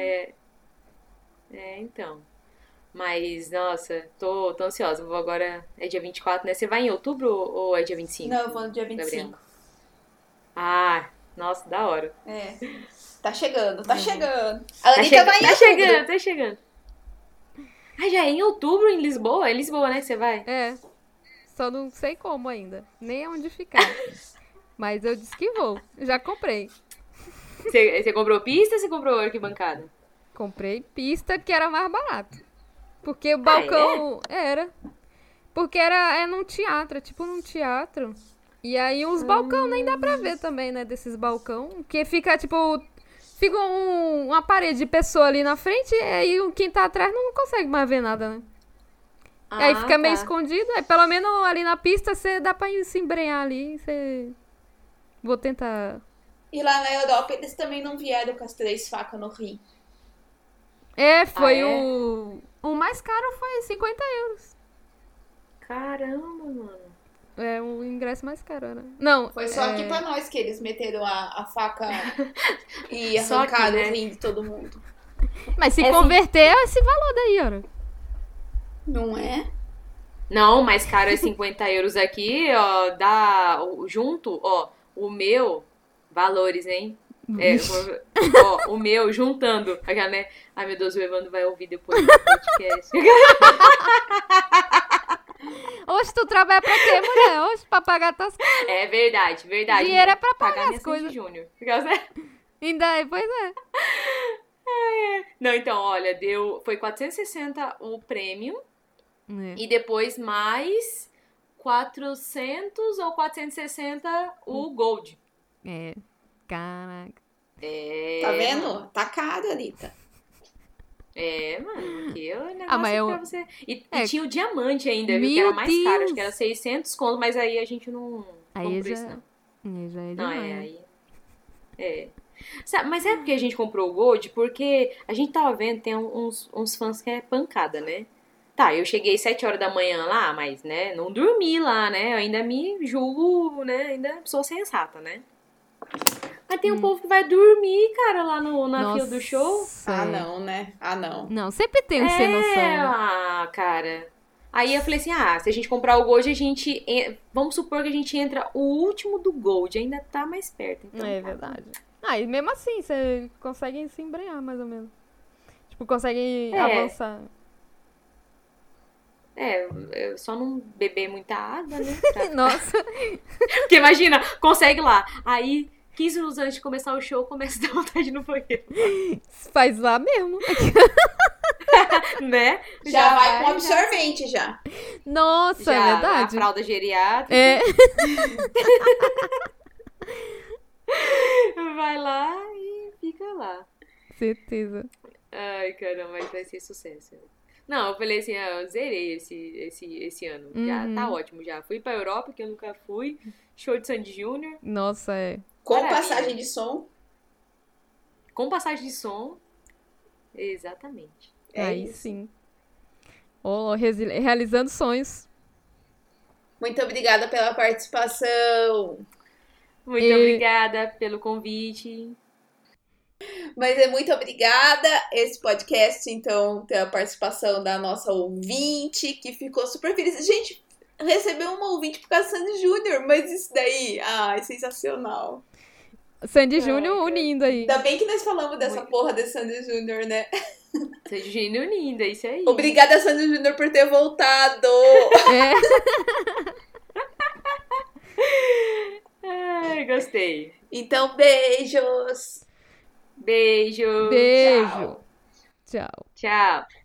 Então. Mas, nossa, tô ansiosa. Vou agora, é dia 24, né? Você vai em outubro ou é dia 25? Não, eu vou no dia 25. Gabriela? Nossa, da hora. Tá chegando. A Anitta vai em outubro. Tá chegando. Já é em outubro em Lisboa? É Lisboa, né, que você vai? Só não sei como ainda. Nem onde ficar. Mas eu disse que vou. Já comprei. Você comprou pista ou você comprou arquibancada? Comprei pista, que era mais barato. Porque o balcão era. Porque era num teatro, tipo num teatro. E aí os balcão nem dá pra ver também, né? Desses balcão. Que fica, tipo... Fica uma parede de pessoa ali na frente. E aí quem tá atrás não consegue mais ver nada, né? E aí fica meio escondido. Aí pelo menos ali na pista você dá pra se embrenhar ali. Vou tentar... E lá na Europa eles também não vieram com as 3 facas no rim. Foi o mais caro foi 50 euros. Caramba, mano. O ingresso mais caro, né? Não. Foi só aqui pra nós que eles meteram a faca e arrancaram o rim de todo mundo. Mas se converter é esse valor daí, ó. Não é? Não, mais caro é 50 euros aqui, ó. Dá junto, ó. O meu, valores, hein? O meu, juntando. Né? Ai, meu Deus, o Evandro vai ouvir depois do podcast. Oxe, tu trabalha pra quê, mulher? Oxe, pra pagar tuas coisas. É verdade. Dinheiro é pra pagar as coisas. Júnior. Ainda pois é. Não, então, olha, foi 460 o prêmio. E depois mais 400 ou 460 o gold. Caraca. Tá vendo? Tá caro, Anitta. Mano, aqui é o negócio pra você... E tinha o diamante ainda, viu? Meu Que era mais Deus. caro, acho que era 600 conto, mas aí a gente não Aí comprou já, isso, não. já é Não, demais. Mas é porque a gente comprou o Gold? Porque a gente tava vendo, tem uns fãs que é pancada, né? Tá, eu cheguei 7 horas da manhã lá, mas, né, não dormi lá, né? Eu ainda me julgo, né? Ainda sou sensata, né? Mas tem um povo que vai dormir, cara, lá na fila do show. Não, né? Não. Não, sempre tem um sem noção. Né? Cara. Aí eu falei assim, se a gente comprar o Gold, a gente... Vamos supor que a gente entra o último do Gold, ainda tá mais perto. Então, é verdade. E mesmo assim, você consegue se embrenhar, mais ou menos. Tipo, consegue avançar. Só não beber muita água, né? Nossa. Porque imagina, consegue lá. Aí, 15 minutos antes de começar o show, começa a dar vontade no banheiro. Faz lá mesmo. Né? Já vai com absorvente, já. Nossa, é verdade. A fralda geriátrica. Vai lá e fica lá. Certeza. Ai, caramba, mas vai ser sucesso. Não, eu falei assim, eu zerei esse ano. Já tá ótimo, já. Fui pra Europa, que eu nunca fui. Show de Sandy Júnior. Nossa, é. Com Maravilha. passagem de som. Com passagem de som. Exatamente. Aí isso. sim. Realizando sonhos. Muito obrigada pela participação. Muito obrigada pelo convite. Mas é muito obrigada. Esse podcast, então, tem a participação da nossa ouvinte, que ficou super feliz. Gente, recebeu uma ouvinte por causa do Sandy Júnior, mas isso daí, é sensacional. Sandy Júnior unindo aí. Ainda bem que nós falamos dessa porra desse Sandy Júnior, né? Sandy Júnior linda, isso aí. Obrigada, Sandy Júnior, por ter voltado. Ai, gostei. Então, beijos. Beijo. Beijo. Tchau. Tchau.